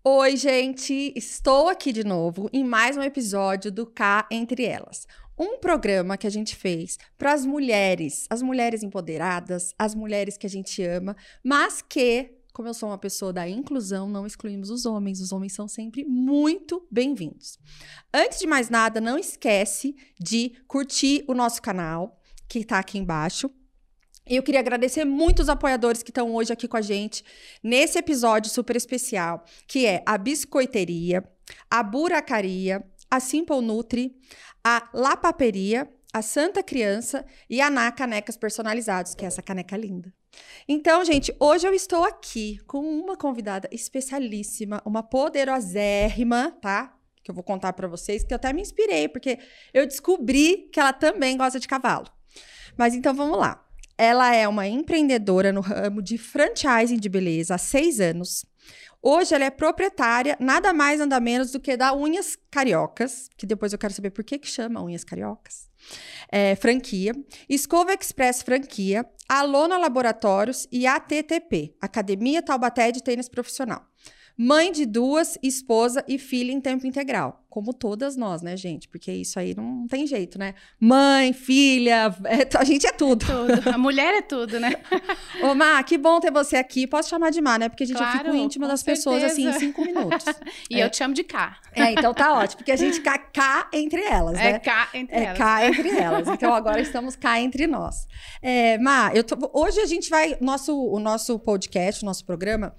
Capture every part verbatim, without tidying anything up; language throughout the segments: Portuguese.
Oi, gente! Estou aqui de novo em mais um episódio do Cá Entre Elas. Um programa que a gente fez para as mulheres, as mulheres empoderadas, as mulheres que a gente ama, mas que, como eu sou uma pessoa da inclusão, não excluímos os homens. Os homens são sempre muito bem-vindos. Antes de mais nada, não esquece de curtir o nosso canal, que está aqui embaixo. E eu queria agradecer muito os apoiadores que estão hoje aqui com a gente nesse episódio super especial, que é a Biscoiteria, a Buracaria, a Simple Nutri, a La Paperia, a Santa Criança e a Ná Canecas Personalizados, que é essa caneca linda. Então, gente, hoje eu estou aqui com uma convidada especialíssima, uma poderosérrima, tá? Que eu vou contar pra vocês, que eu até me inspirei, porque eu descobri que ela também gosta de cavalo. Mas então, vamos lá. Ela é uma empreendedora no ramo de franchising de beleza há seis anos. Hoje ela é proprietária, nada mais, nada menos do que da Unhas Cariocas, que depois eu quero saber por que que chama Unhas Cariocas. É, franquia, Escova Express Franquia, Alona Laboratórios e A T T P, Academia Taubaté de Tênis Profissional. Mãe de duas, esposa e filha em tempo integral. Como todas nós, né, gente? Porque isso aí não tem jeito, né? Mãe, filha, é, a gente é tudo. Tudo. A mulher é tudo, né? Ô, Má, que bom ter você aqui. Posso chamar de Má, né? Porque a gente Claro, fica íntima das certeza. pessoas, assim, em cinco minutos. E é. eu te chamo de cá. É, então tá ótimo. Porque a gente cá, cá entre elas, né? É cá entre é elas. É cá entre elas. Então agora estamos cá entre nós. É, Má, eu tô, hoje a gente vai... Nosso, o nosso podcast, o nosso programa...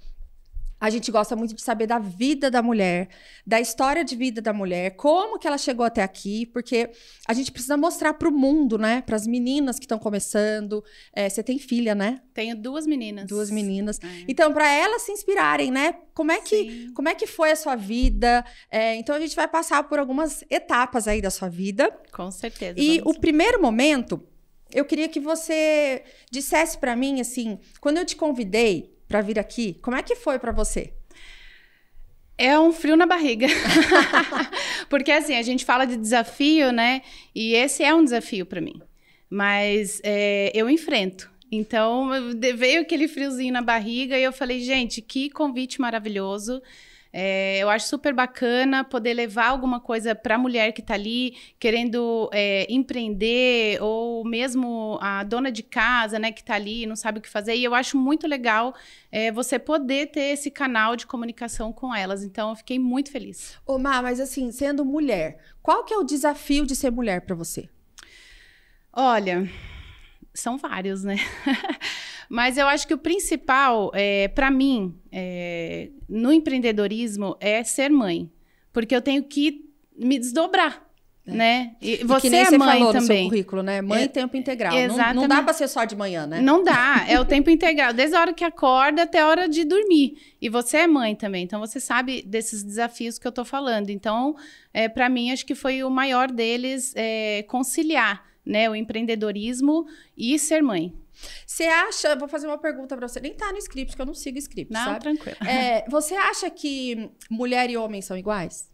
A gente gosta muito de saber da vida da mulher, da história de vida da mulher, como que ela chegou até aqui, porque a gente precisa mostrar para o mundo, né? Para as meninas que estão começando. É, você tem filha, né? Tenho duas meninas. Duas meninas. É. Então, para elas se inspirarem, né? Como é que, como é que foi a sua vida? É, então, a gente vai passar por algumas etapas aí da sua vida. Com certeza. E vamos. o primeiro momento, eu queria que você dissesse para mim, assim, quando eu te convidei para vir aqui, como é que foi para você? É um frio na barriga. Porque, assim, a gente fala de desafio, né? E esse é um desafio para mim. Mas é, eu enfrento. Então, veio aquele friozinho na barriga e eu falei, gente, que convite maravilhoso. É, eu acho super bacana poder levar alguma coisa para a mulher que está ali querendo é, empreender, ou mesmo a dona de casa, né, que está ali e não sabe o que fazer. E eu acho muito legal é, você poder ter esse canal de comunicação com elas. Então, eu fiquei muito feliz. Ô, Má, mas assim, sendo mulher, qual que é o desafio de ser mulher para você? Olha, são vários, né? Mas eu acho que o principal, é, para mim, é, no empreendedorismo, é ser mãe. Porque eu tenho que me desdobrar, é. né? E você e que nem é você mãe falou também. No seu currículo, né? Mãe é, tempo integral. Exatamente. Não, não dá para ser só de manhã, né? Não dá. É o tempo integral. Desde a hora que acorda até a hora de dormir. E você é mãe também. Então, você sabe desses desafios que eu tô falando. Então, é, para mim, acho que foi o maior deles é, conciliar, né, o empreendedorismo e ser mãe. Você acha... Vou fazer uma pergunta pra você. Nem tá no script, porque eu não sigo script, Não, sabe? tranquilo. É, você acha que mulher e homem são iguais?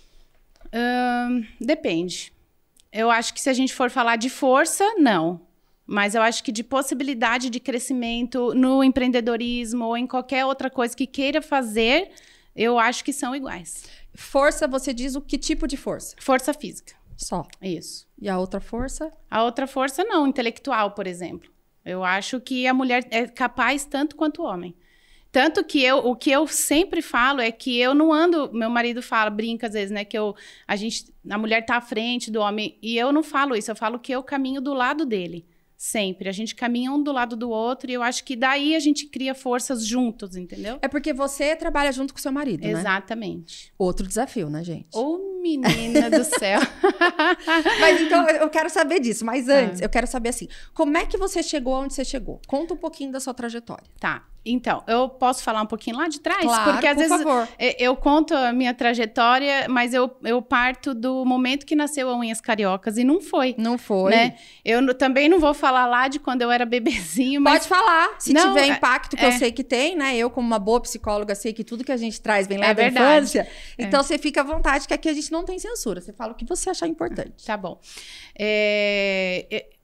Hum, depende. Eu acho que se a gente for falar de força, não. Mas eu acho que de possibilidade de crescimento no empreendedorismo ou em qualquer outra coisa que queira fazer, eu acho que são iguais. Força, você diz o que tipo de força? Força física. Só. Isso. E a outra força? A outra força, não. Intelectual, por exemplo. Eu acho que a mulher é capaz tanto quanto o homem. Tanto que eu, o que eu sempre falo é que eu não ando... Meu marido fala, brinca às vezes, né? Que eu, a, gente, a mulher tá à frente do homem. E eu não falo isso. Eu falo que eu caminho do lado dele. Sempre. A gente caminha um do lado do outro. E eu acho que daí a gente cria forças juntos, entendeu? É porque você trabalha junto com seu marido, né? Exatamente. Outro desafio, né, gente? Ô, menina do céu. Mas então, eu quero saber disso. Mas antes, ah. eu quero saber assim, como é que você chegou onde você chegou? Conta um pouquinho da sua trajetória. Tá. Então, eu posso falar um pouquinho lá de trás? Claro, porque às por vezes favor. eu conto a minha trajetória, mas eu, eu parto do momento que nasceu a Unhas Cariocas e não foi. Não foi. Né? Eu também não vou falar lá de quando eu era bebezinho, mas... Pode falar, se não, tiver impacto, que é... eu sei que tem, né? Eu, como uma boa psicóloga, sei que tudo que a gente traz vem lá é da verdade. infância. Então, é. você fica à vontade, que aqui a gente não tem censura. Você fala o que você achar importante. Tá bom. É...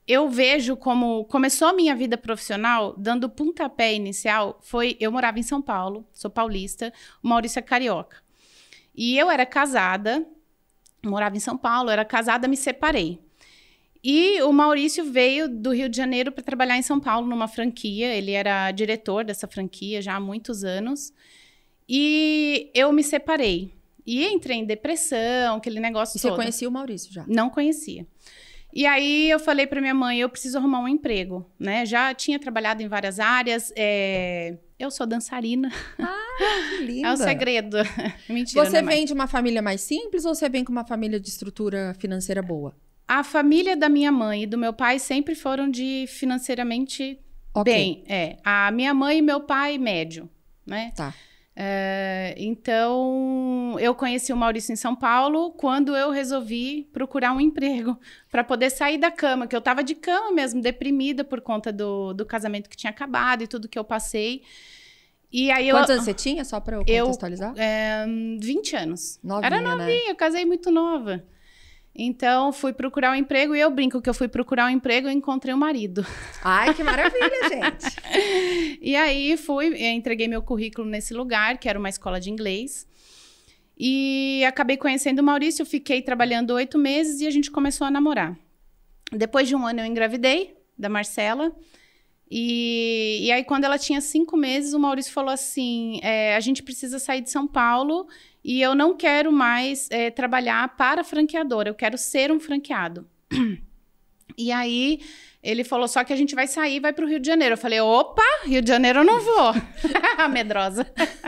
eu vejo como começou a minha vida profissional, dando o pontapé inicial, foi... Eu morava em São Paulo, sou paulista, o Maurício é carioca. E eu era casada, morava em São Paulo, era casada, me separei. E o Maurício veio do Rio de Janeiro para trabalhar em São Paulo, numa franquia. Ele era diretor dessa franquia já há muitos anos. E eu me separei. E entrei em depressão, aquele negócio e todo. E você conhecia o Maurício já? Não conhecia. E aí eu falei para minha mãe, eu preciso arrumar um emprego, né? Já tinha trabalhado em várias áreas. É... Eu sou dançarina. Ah, que linda. É o segredo. Mentira, Você não é vem de uma família mais simples ou você vem com uma família de estrutura financeira boa? A família da minha mãe e do meu pai sempre foram de financeiramente okay. bem. É. A minha mãe e meu pai, médio, né? Tá. É, então, eu conheci o Maurício em São Paulo quando eu resolvi procurar um emprego para poder sair da cama, que eu estava de cama mesmo, deprimida por conta do, do casamento que tinha acabado e tudo que eu passei. E aí Quantos eu, anos você tinha, só para eu contextualizar? Eu, é, vinte anos. Novinha, Era novinha, né? Eu casei muito nova. Então, fui procurar um emprego e eu brinco que eu fui procurar um emprego e encontrei um marido. Ai, que maravilha, gente! E aí, fui, entreguei meu currículo nesse lugar, que era uma escola de inglês. E acabei conhecendo o Maurício, fiquei trabalhando oito meses e a gente começou a namorar. Depois de um ano, eu engravidei da Marcela. E, e aí, quando ela tinha cinco meses, o Maurício falou assim, é, a gente precisa sair de São Paulo e eu não quero mais é, trabalhar para franqueadora, eu quero ser um franqueado. E aí, ele falou, só que a gente vai sair, vai para o Rio de Janeiro. Eu falei, opa, Rio de Janeiro eu não vou. Medrosa.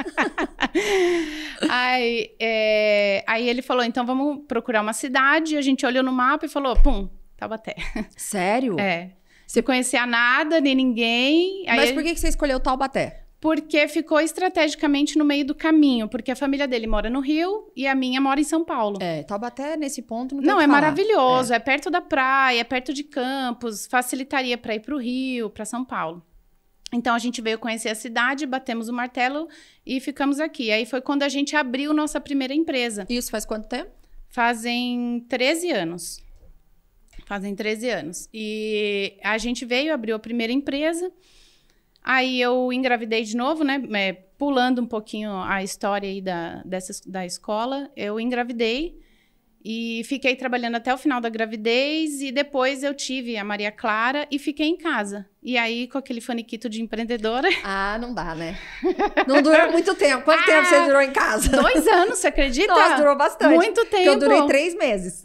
aí, é, aí ele falou, então vamos procurar uma cidade. A gente olhou no mapa e falou, pum, Taubaté. Sério? É. Você conhecia nada, nem ninguém. Mas aí por que você escolheu Taubaté? Porque ficou estrategicamente no meio do caminho. Porque a família dele mora no Rio e a minha mora em São Paulo. É, Taubaté, nesse ponto, não tem Não, o que é falar. maravilhoso. É. é perto da praia, é perto de Campos. Facilitaria para ir para o Rio, para São Paulo. Então, a gente veio conhecer a cidade, batemos o martelo e ficamos aqui. Aí foi quando a gente abriu nossa primeira empresa. Isso faz quanto tempo? Fazem treze anos. Fazem treze anos. E a gente veio, abriu a primeira empresa. Aí eu engravidei de novo, né? É, pulando um pouquinho a história aí da, dessa, da escola. Eu engravidei e fiquei trabalhando até o final da gravidez. E depois eu tive a Maria Clara e fiquei em casa. E aí, com aquele faniquito de empreendedora... Ah, não dá, né? Não dura muito tempo. Quanto ah, tempo você durou em casa? Dois anos, você acredita? Nossa, durou bastante. Muito tempo. Porque eu durei três meses.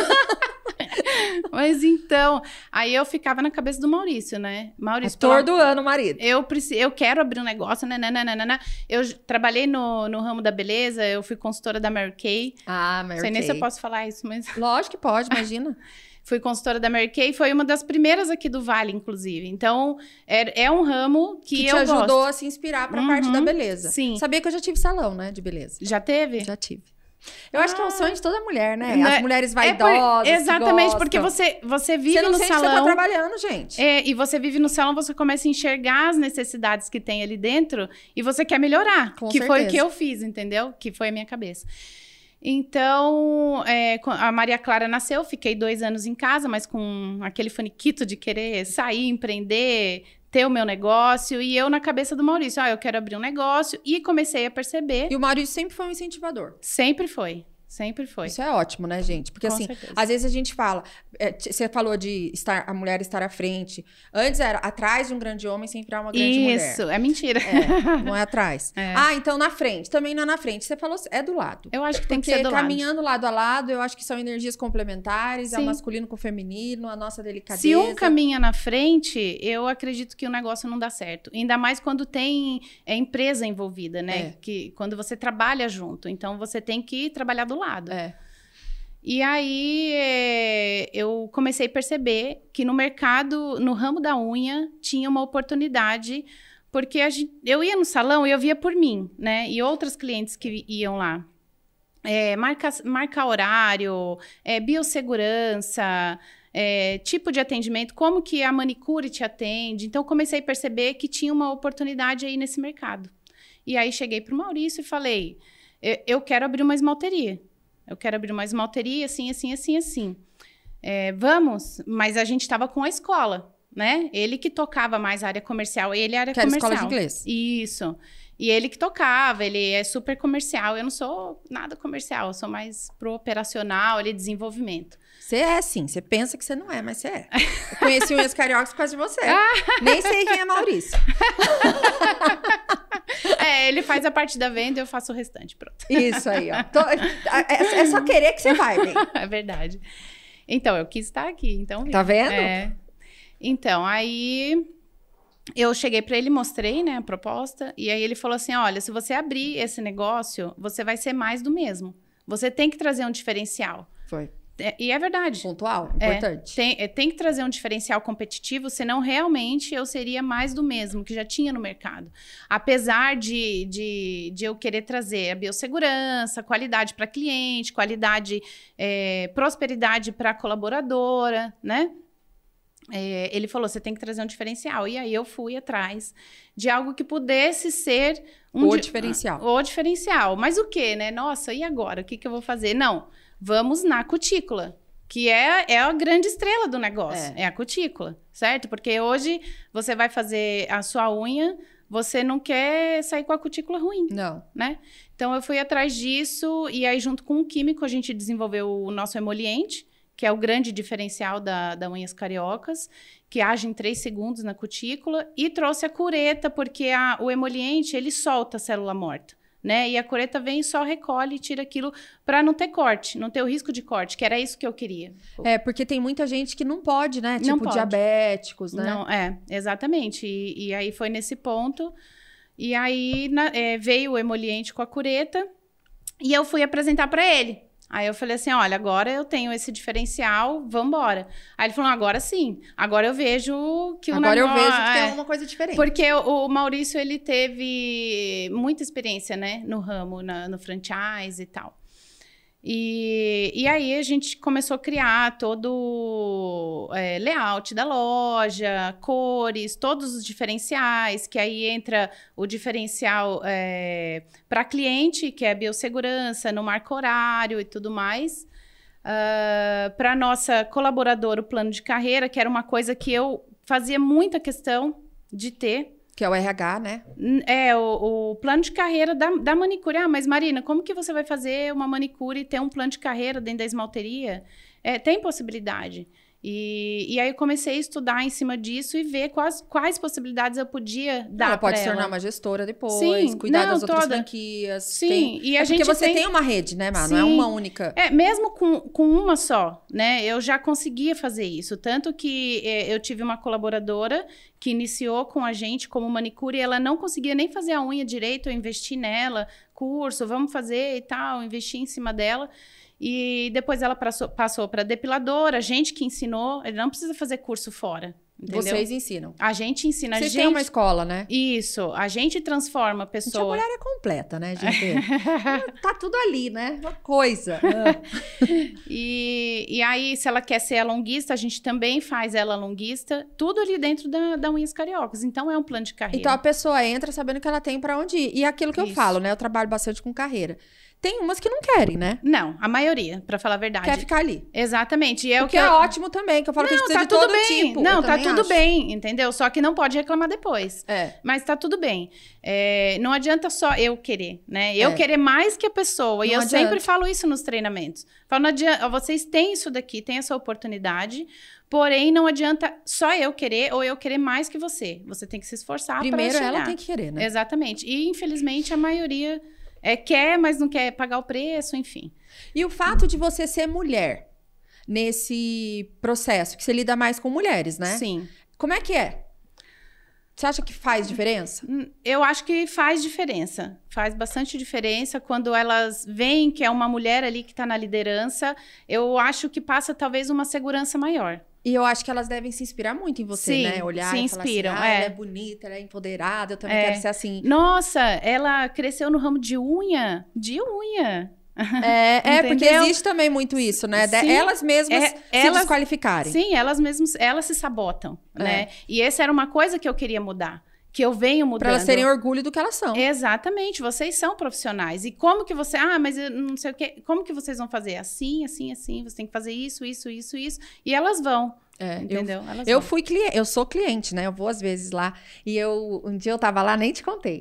Mas então, aí eu ficava na cabeça do Maurício, né? Maurício, atordoando o marido. Eu, eu quero abrir um negócio, né? Eu trabalhei no, no ramo da beleza, eu fui consultora da Mary Kay. Ah, Mary Kay. Não sei nem se eu posso falar isso, mas... Lógico que pode, imagina. Fui consultora da Mary Kay, foi uma das primeiras aqui do Vale, inclusive. Então, é, é um ramo que, que eu gosto. Que te ajudou a se inspirar para a uhum, parte da beleza. Sim. Sabia que eu já tive salão, né, de beleza. Já teve? Já tive. Eu ah, acho que é um sonho de toda mulher, né? Né? As mulheres vaidosas. É por, exatamente, porque você, você vive você não no sente salão. Que você tá trabalhando, gente. É, e você vive no salão, você começa a enxergar as necessidades que tem ali dentro e você quer melhorar. Com que certeza. Foi o que eu fiz, entendeu? Que foi a minha cabeça. Então, é, a Maria Clara nasceu, fiquei dois anos em casa, mas com aquele faniquito de querer sair, empreender, ter o meu negócio. E eu na cabeça do Maurício, ah, eu quero abrir um negócio. E comecei a perceber... E o Maurício sempre foi um incentivador. Sempre foi. Sempre foi. Isso é ótimo, né, gente? Porque, Com assim, certeza. às vezes a gente fala... É, você falou de estar, a mulher estar à frente. Antes era atrás de um grande homem sempre há uma grande Isso, mulher. Isso, é mentira. É, não é atrás. É. Ah, então na frente. Também não é na frente. Você falou, é do lado. Eu acho que tem Porque que ser do caminhando lado. lado a lado, eu acho que são energias complementares. Sim. É o masculino com o feminino, a nossa delicadeza. Se um caminha na frente, eu acredito que o negócio não dá certo. Ainda mais quando tem é, empresa envolvida, né? É. Que, quando você trabalha junto. Então, você tem que trabalhar do lado. É. E aí, é, eu comecei a perceber que no mercado, no ramo da unha, tinha uma oportunidade, porque a gente, eu ia no salão e eu via por mim, né? E outras clientes que iam lá. É, marca, marca horário, é, biossegurança, é, tipo de atendimento, como que a manicure te atende. Então, comecei a perceber que tinha uma oportunidade aí nesse mercado. E aí, cheguei para o Maurício e falei, eu, eu quero abrir uma esmalteria. Eu quero abrir uma esmalteria, assim, assim, assim, assim. é, vamos, mas a gente estava com a escola, né? Ele que tocava mais a área comercial, ele é a área que era comercial. escola de inglês. Isso. E ele que tocava, ele é super comercial. Eu não sou nada comercial, eu sou mais pro operacional, ali, desenvolvimento. Você é, sim. Você pensa que você não é, mas você é. Eu conheci Unhas Cariocas por causa de você. Nem sei quem é Maurício. É, ele faz a parte da venda e eu faço o restante, pronto. Isso aí, ó. Tô, é, é só querer que você vai, bem. É verdade. Então, eu quis estar aqui, então... Tá vendo? É. Então, aí... Eu cheguei para ele, mostrei, né, a proposta, e aí ele falou assim, olha, se você abrir esse negócio, você vai ser mais do mesmo. Você tem que trazer um diferencial. Foi. É, e é verdade. Pontual, importante. É, tem, é, tem que trazer um diferencial competitivo, senão realmente eu seria mais do mesmo que já tinha no mercado. Apesar de, de, de eu querer trazer a biossegurança, qualidade para cliente, qualidade, é, prosperidade para colaboradora, né? É, ele falou, você tem que trazer um diferencial. E aí eu fui atrás de algo que pudesse ser... Um o di- diferencial. O diferencial. Mas o quê, né? Nossa, e agora? O que, que eu vou fazer? Não, vamos na cutícula, que é, é a grande estrela do negócio. É. é a cutícula, certo? Porque hoje você vai fazer a sua unha, você não quer sair com a cutícula ruim. Não. Né? Então eu fui atrás disso e aí junto com um químico a gente desenvolveu o nosso emoliente, que é o grande diferencial da, da Unhas Cariocas, que age em três segundos na cutícula, e trouxe a cureta, porque a, o emoliente, ele solta a célula morta, né? E a cureta vem e só recolhe e tira aquilo para não ter corte, não ter o risco de corte, que era isso que eu queria. É, porque tem muita gente que não pode, né? Tipo, Não pode. diabéticos, né? Não, é, exatamente. E, e aí foi nesse ponto, e aí na, é, veio o emoliente com a cureta, e eu fui apresentar para ele. Aí eu falei assim, olha, agora eu tenho esse diferencial, vambora. Aí ele falou, agora sim, agora eu vejo que o Agora negócio... eu vejo que é, tem uma coisa diferente. Porque o, o Maurício, ele teve muita experiência, né, no ramo, na, no franchise e tal. E, e aí a gente começou a criar todo o é, layout da loja, cores, todos os diferenciais, que aí entra o diferencial é, para cliente, que é a biossegurança, no marco horário e tudo mais. Uh, para nossa colaboradora, o plano de carreira, que era uma coisa que eu fazia muita questão de ter. Que é o R H, né? É, o, o plano de carreira da, da manicure. Ah, mas Marina, como que você vai fazer uma manicure e ter um plano de carreira dentro da esmalteria? É, tem possibilidade. E, e aí eu comecei a estudar em cima disso e ver quais, quais possibilidades eu podia dar. Ela pode pra se tornar ela. uma gestora depois, Sim, cuidar não, das outras toda. franquias. Sim, tem... e a é gente porque você tem... tem uma rede, né, Má? Sim. Não é uma única. É, mesmo com, com uma só, né? Eu já conseguia fazer isso. Tanto que é, eu tive uma colaboradora que iniciou com a gente como manicure e ela não conseguia nem fazer a unha direito, eu investi nela, curso, vamos fazer e tal, investi em cima dela. E depois ela passou, passou para depiladora, a gente que ensinou, ele não precisa fazer curso fora, entendeu? Vocês ensinam. A gente ensina, a Vocês gente... têm uma escola, né? Isso, a gente transforma a Gente, a pessoa... mulher é completa, né, gente? Tá tudo ali, né? Uma coisa. Ah. E, e aí, se ela quer ser alonguista, a gente também faz ela alonguista, tudo ali dentro da, da Unhas Cariocas. Então, é um plano de carreira. Então, a pessoa entra sabendo que ela tem pra onde ir. E é aquilo que eu Isso. falo, né? Eu trabalho bastante com carreira. Tem umas que não querem, né? Não, a maioria, pra falar a verdade. Quer ficar ali. Exatamente. E é o o que, que é eu... ótimo também, que eu falo que a gente Não, precisa tá de tudo todo bem. tipo. Não, eu tá também tudo acho. bem, entendeu? Só que não pode reclamar depois. É. Mas tá tudo bem. É, não adianta só eu querer, né? Eu É. querer mais que a pessoa. E Não eu adianta. sempre falo isso nos treinamentos. Falo, não adianta, vocês têm isso daqui, têm essa oportunidade, porém não adianta só eu querer ou eu querer mais que você. Você tem que se esforçar para Primeiro chegar. ela tem que querer, né? Exatamente. E, infelizmente, a maioria é, quer, mas não quer pagar o preço, enfim. E o fato de você ser mulher nesse processo, que você lida mais com mulheres, né? Sim. Como é que é? Você acha que faz diferença? Eu acho que faz diferença. Faz bastante diferença quando elas veem que é uma mulher ali que está na liderança. Eu acho que passa talvez uma segurança maior. E eu acho que elas devem se inspirar muito em você, Sim, né? Olhar se e falar inspiram, assim, ah, é. ela é bonita, ela é empoderada, eu também É. quero ser assim. Nossa, ela cresceu no ramo de unha? De unha. É, é porque Entendeu? existe também muito isso, né? De Sim, elas mesmas é, se elas- desqualificarem. Sim, elas mesmas, elas se sabotam, É. né? E essa era uma coisa que eu queria mudar. que eu venho mudando. Para elas terem orgulho do que elas são. Exatamente, vocês são profissionais. E como que você... Ah, mas eu não sei o quê. Como que vocês vão fazer? Assim, assim, assim. Você tem que fazer isso, isso, isso, isso. E elas vão. É, entendeu? Eu, elas eu vão. fui cliente, eu sou cliente, né? Eu vou às vezes lá. E eu, um dia eu tava lá, nem te contei.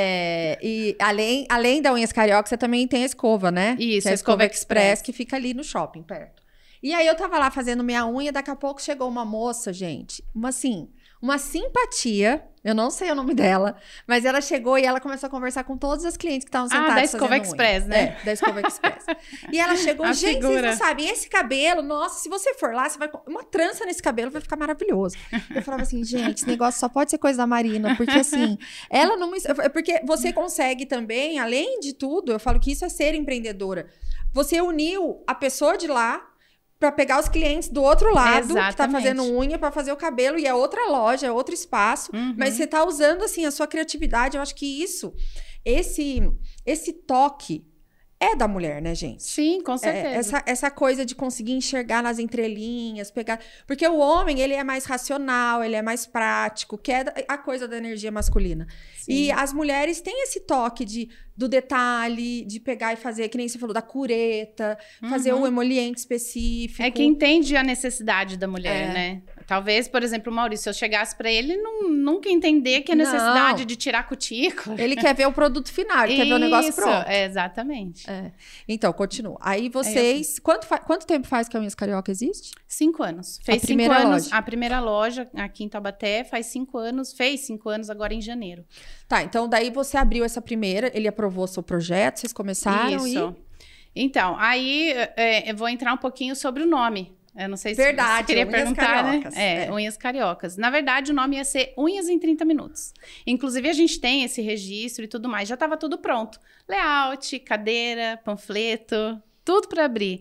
É, e além, além da Unhas Carioca, você também tem a escova, né? Isso, que é a Escova Express, Express, que fica ali no shopping, perto. E aí eu tava lá fazendo minha unha, daqui a pouco chegou uma moça, gente, uma assim, uma simpatia, eu não sei o nome dela, mas ela chegou e ela começou a conversar com todos os clientes que estavam sentados. Ah, da Escova Express, unha. né? É, da Escova Express. E ela chegou, A gente, figura. vocês não sabem, esse cabelo, nossa, se você for lá, você vai. Uma trança nesse cabelo vai ficar maravilhoso. Eu falava assim, gente, esse negócio só pode ser coisa da Marina, porque assim, ela não me. Porque você consegue também, além de tudo, eu falo que isso é ser empreendedora. Você uniu a pessoa de lá para pegar os clientes do outro lado, Exatamente. que tá fazendo unha para fazer o cabelo, e é outra loja, é outro espaço, Uhum. mas você tá usando, assim, a sua criatividade. Eu acho que isso, esse, esse toque é da mulher, né, gente? Sim, com certeza. É, essa, essa coisa de conseguir enxergar nas entrelinhas, pegar... Porque o homem, ele é mais racional, ele é mais prático, que é a coisa da energia masculina. Sim. E as mulheres têm esse toque de, do detalhe, de pegar e fazer, que nem você falou, da cureta, uhum. fazer um emoliente específico. É que entende a necessidade da mulher, é. né? Talvez, por exemplo, o Maurício, se eu chegasse pra ele, ele não, nunca entender que a necessidade não. de tirar cutícula. Ele quer ver o produto final, ele Isso, quer ver o negócio pronto. É, exatamente. É. Então, continua. Aí vocês... Aí quanto, fa... quanto tempo faz que a Unhas Carioca existe? Cinco anos. Fez a primeira cinco anos. loja. A primeira loja aqui em Taubaté faz cinco anos. Fez cinco anos agora em janeiro. Tá, então daí você abriu essa primeira, ele aprovou seu projeto, vocês começaram Isso. e... Então, aí é, eu vou entrar um pouquinho sobre o nome. Eu não sei se Verdade, você queria Unhas perguntar, Cariocas. né? É, é, Unhas Cariocas. Na verdade, o nome ia ser Unhas em trinta minutos. Inclusive, a gente tem esse registro e tudo mais. Já estava tudo pronto. Layout, cadeira, panfleto, tudo para abrir.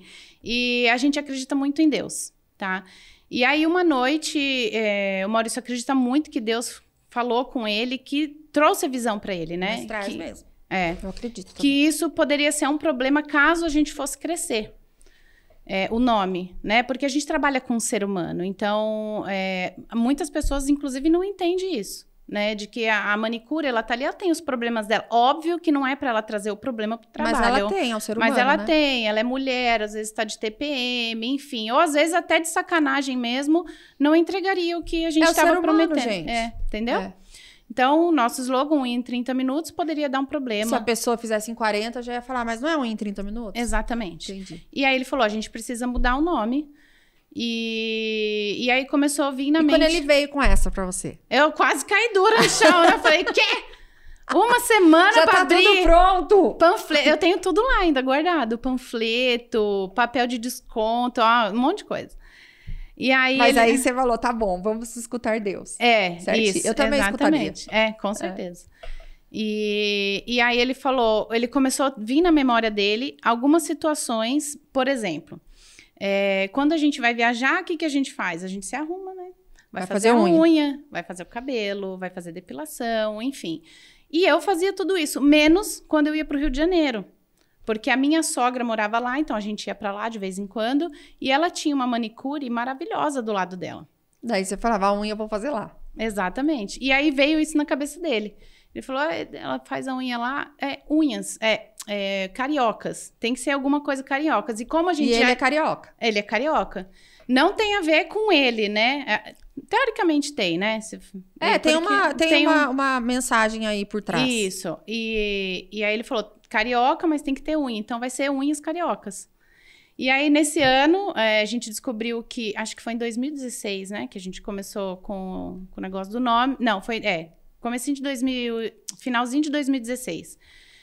E a gente acredita muito em Deus, tá? E aí, uma noite, é, o Maurício acredita muito que Deus falou com ele, que trouxe a visão para ele, né? Mas traz que, mesmo. É. Eu acredito também. Que isso poderia ser um problema caso a gente fosse crescer. É, o nome, né? Porque a gente trabalha com o ser humano. Então, é, muitas pessoas, inclusive, não entendem isso, né? De que a, a manicure, ela tá ali, ela tem os problemas dela. Óbvio que não é para ela trazer o problema pro trabalho. Mas ela tem, é o ser humano, Mas ela né? tem, ela é mulher, às vezes tá de T P M, enfim. Ou às vezes até de sacanagem mesmo, não entregaria o que a gente é estava prometendo. prometendo. Gente. É, entendeu? É. Então, o nosso slogan, unha em trinta minutos, poderia dar um problema. Se a pessoa fizesse em quarenta, já ia falar, mas não é unha em trinta minutos? Exatamente. Entendi. E aí ele falou, a gente precisa mudar o nome. E, e aí começou a vir na e mente... quando ele veio com essa pra você? Eu quase caí dura no chão, né? Eu falei, quê? Uma semana já pra tá abrir... tudo pronto! Panfleto. Eu tenho tudo lá ainda guardado. Panfleto, papel de desconto, ó, um monte de coisa. E aí Mas ele... aí você falou, tá bom, vamos escutar Deus. É, certinho. isso. Eu também exatamente. escutaria. É, com certeza. É. E, e aí ele falou, ele começou a vir na memória dele algumas situações, por exemplo, é, quando a gente vai viajar, o que, que a gente faz? A gente se arruma, né? Vai, vai fazer, fazer a unha. unha, vai fazer o cabelo, vai fazer depilação, enfim. E eu fazia tudo isso, menos quando eu ia pro Rio de Janeiro. Porque a minha sogra morava lá, então a gente ia pra lá de vez em quando. E ela tinha uma manicure maravilhosa do lado dela. Daí você falava, a unha eu vou fazer lá. Exatamente. E aí veio isso na cabeça dele. Ele falou, ah, ela faz a unha lá, é unhas, é, é cariocas. Tem que ser alguma coisa cariocas. E como a gente E ele já... é carioca. Ele é carioca. Não tem a ver com ele, né? É, teoricamente tem, né? Se... É, tem, uma, tem, tem uma, um... uma mensagem aí por trás. Isso. E, e aí ele falou, carioca, mas tem que ter unha. Então vai ser unhas cariocas. E aí, nesse ano, é, a gente descobriu que... Acho que foi em dois mil e dezesseis, né? Que a gente começou com, com o negócio do nome. Não, foi... É, comecinho de dois mil... Finalzinho de dois mil e dezesseis.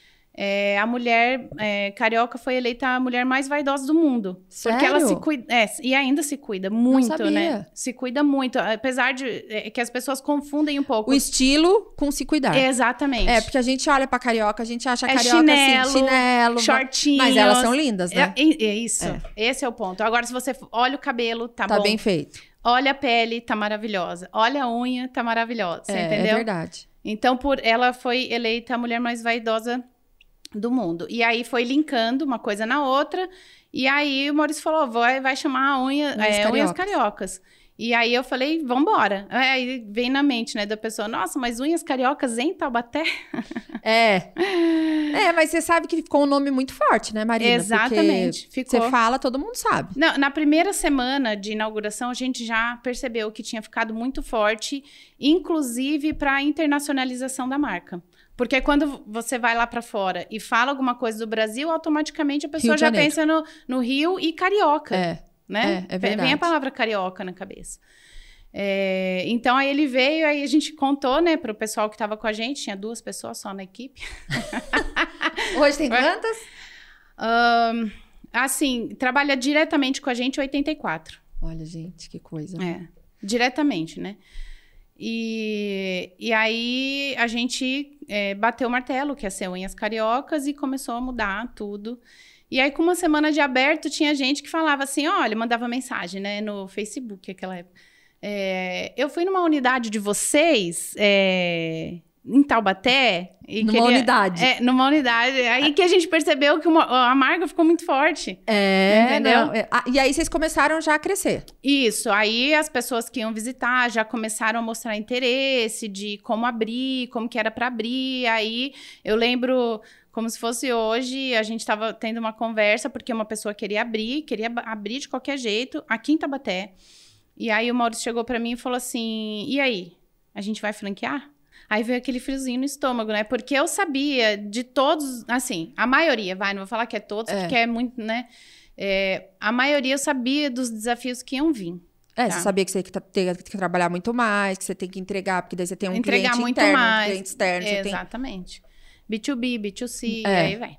É, a mulher é, carioca foi eleita a mulher mais vaidosa do mundo. Sério? Porque ela se cuida... É, e ainda se cuida muito, Não sabia. né? Se cuida muito. Apesar de é, que as pessoas confundem um pouco. O estilo com se cuidar. Exatamente. É, porque a gente olha pra carioca, a gente acha É carioca chinelo, assim, chinelo, shortinhos. Mas elas são lindas, né? É, é isso. É. Esse é o ponto. Agora, se você olha o cabelo, tá, tá bom. Tá bem feito. Olha a pele, tá maravilhosa. Olha a unha, tá maravilhosa. Você é, entendeu? É verdade. Então, por ela foi eleita a mulher mais vaidosa do mundo. E aí foi linkando uma coisa na outra. E aí o Maurício falou, vai, vai chamar a unha, Unhas é, cariocas. unhas cariocas. E aí eu falei, vambora. Aí vem na mente, né, da pessoa, nossa, mas unhas cariocas em Taubaté? É. É, mas você sabe que ficou um nome muito forte, né, Marina? Exatamente. Porque ficou. você fala, todo mundo sabe. Não, na primeira semana de inauguração, a gente já percebeu que tinha ficado muito forte, inclusive para a internacionalização da marca. Porque quando você vai lá para fora e fala alguma coisa do Brasil, automaticamente a pessoa já Janeiro. pensa no, no Rio e carioca. É. Né? É, é verdade. Vem a palavra carioca na cabeça. É, então, aí ele veio, aí a gente contou, né, para o pessoal que estava com a gente, tinha duas pessoas só na equipe. Hoje tem quantas? Um, assim, trabalha diretamente com a gente oitenta e quatro. Olha, gente, que coisa. É, diretamente, né? E, e aí a gente é, bateu o martelo, que ia ser unhas cariocas, e começou a mudar tudo. E aí, com uma semana de aberto, tinha gente que falava assim, olha, mandava mensagem, né, no Facebook, naquela época. É, eu fui numa unidade de vocês, é, em Taubaté. E numa queria, unidade. É, numa unidade. Aí que a gente percebeu que uma, a marca ficou muito forte. É, entendeu? Não, é, ah, e aí vocês começaram já a crescer. Isso. Aí as pessoas que iam visitar já começaram a mostrar interesse de como abrir, como que era para abrir. Aí eu lembro... Como se fosse hoje, a gente estava tendo uma conversa, porque uma pessoa queria abrir, queria abrir de qualquer jeito, aqui em Taubaté. E aí o Maurício chegou para mim e falou assim, e aí, a gente vai franquear? Aí veio aquele friozinho no estômago, né? Porque eu sabia de todos, assim, a maioria, vai, não vou falar que é todos, É. porque é muito, né? É, a maioria eu sabia dos desafios que iam vir. É, Tá. você sabia que você tem que, tem que trabalhar muito mais, que você tem que entregar, porque daí você tem um Entregar cliente muito interno, mais. um cliente externo. Você tem... Exatamente. B dois B, B dois C, É. aí vai.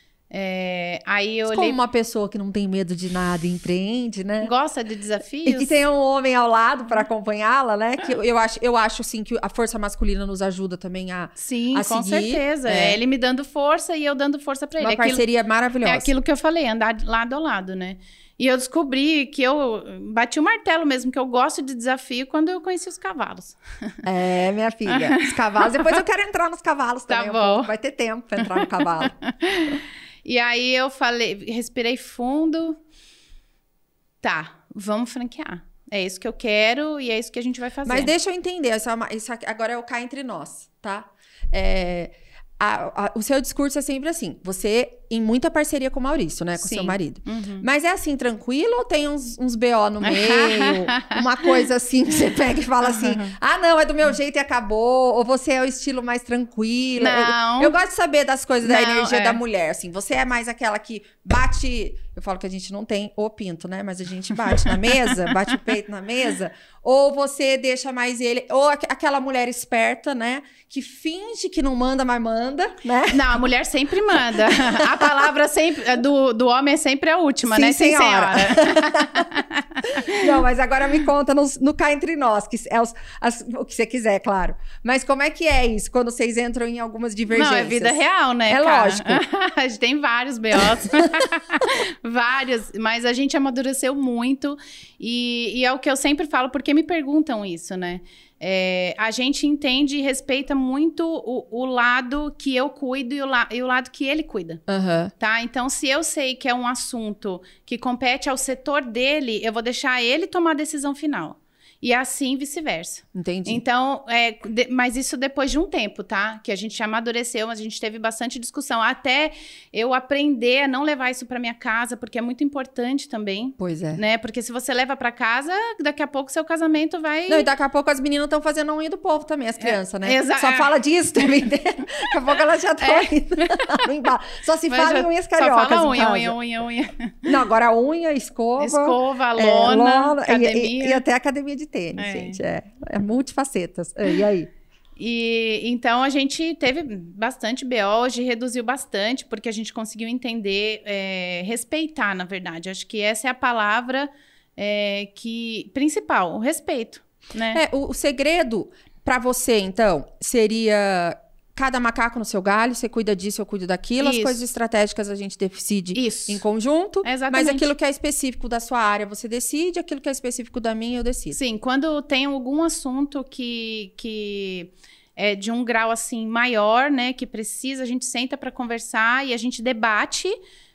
É, aí eu Como olhei... uma pessoa que não tem medo de nada e empreende, né? Gosta de E desafios? que tem um homem ao lado para acompanhá-la, né? Que eu, eu acho, eu acho assim que a força masculina nos ajuda também a Sim, a com seguir. certeza. É. É ele me dando força e eu dando força para ele. uma Aquilo- parceria maravilhosa. É aquilo que eu falei, andar lado a lado, né? E eu descobri que eu bati o martelo mesmo, que eu gosto de desafio quando eu conheci os cavalos. É, minha filha. Os cavalos. Depois eu quero entrar nos cavalos Tá também. um bom. pouco. Vai ter tempo para entrar no cavalo. E aí eu falei, respirei fundo. Tá, vamos franquear. É isso que eu quero e é isso que a gente vai fazer. Mas deixa eu entender. Isso, é uma- isso aqui- agora é o cá entre nós, tá? É, a- a- o seu discurso é sempre assim. Você em muita parceria com o Maurício, né? Com o Sim. seu marido. Uhum. Mas é assim, tranquilo ou tem uns, uns B O no meio? Uma coisa assim que você pega e fala assim: ah, não, é do meu jeito e acabou. Ou você é o estilo mais tranquilo. Não. Eu, eu gosto de saber das coisas, da Não, energia é. da mulher. Assim, você é mais aquela que bate. Eu falo que a gente não tem o pinto, né? Mas a gente bate na mesa, bate o peito na mesa. Ou você deixa mais ele. Ou aqu- aquela mulher esperta, né? Que finge que não manda, mas manda, né? Não, a mulher sempre manda. A palavra sempre, do, do homem é sempre a última, Sim, né? senhora. Não, mas agora me conta no, no Cá Entre Nós, que é os- as- o que você quiser, claro. Mas como é que é isso, quando vocês entram em algumas divergências? Não, é vida real, né, É cara? lógico. A gente tem vários B Os. Vários. Mas a gente amadureceu muito. E, e é o que eu sempre falo, porque me perguntam isso, né? É, a gente entende e respeita muito o, o lado que eu cuido e o, la- e o lado que ele cuida. Aham. Tá? Então, se eu sei que é um assunto que compete ao setor dele, eu vou deixar ele tomar a decisão final. E assim vice-versa. Entendi. Então, é, de- mas isso depois de um tempo, tá? Que a gente amadureceu, mas a gente teve bastante discussão. Até eu aprender a não levar isso para minha casa, porque é muito importante também, Pois é. né? Porque se você leva para casa, daqui a pouco seu casamento vai... Não, e daqui a pouco as meninas estão fazendo a unha do povo também, as crianças, né? exa- Só é. fala disso, tá entendendo? Daqui a pouco elas já estão É. indo. no embalo. Só se Mas fala já- em unhas só cariocas fala em unha, casa. unha, unha, unha. Não, agora unha, escova. Escova, é, lona, e- academia. E, e até academia de tênis, É. gente. É, é multifacetas. É, e aí? E então a gente teve bastante B O, hoje reduziu bastante, porque a gente conseguiu entender, é, respeitar, na verdade. Acho que essa é a palavra é, que principal, o respeito, né? É, o, o segredo pra você, então, seria cada macaco no seu galho, você cuida disso, eu cuido daquilo, as Isso. coisas estratégicas a gente decide Isso. em conjunto, Exatamente. mas aquilo que é específico da sua área você decide, aquilo que é específico da minha eu decido. Sim, quando tem algum assunto que, que é de um grau assim maior, né, que precisa, a gente senta para conversar e a gente debate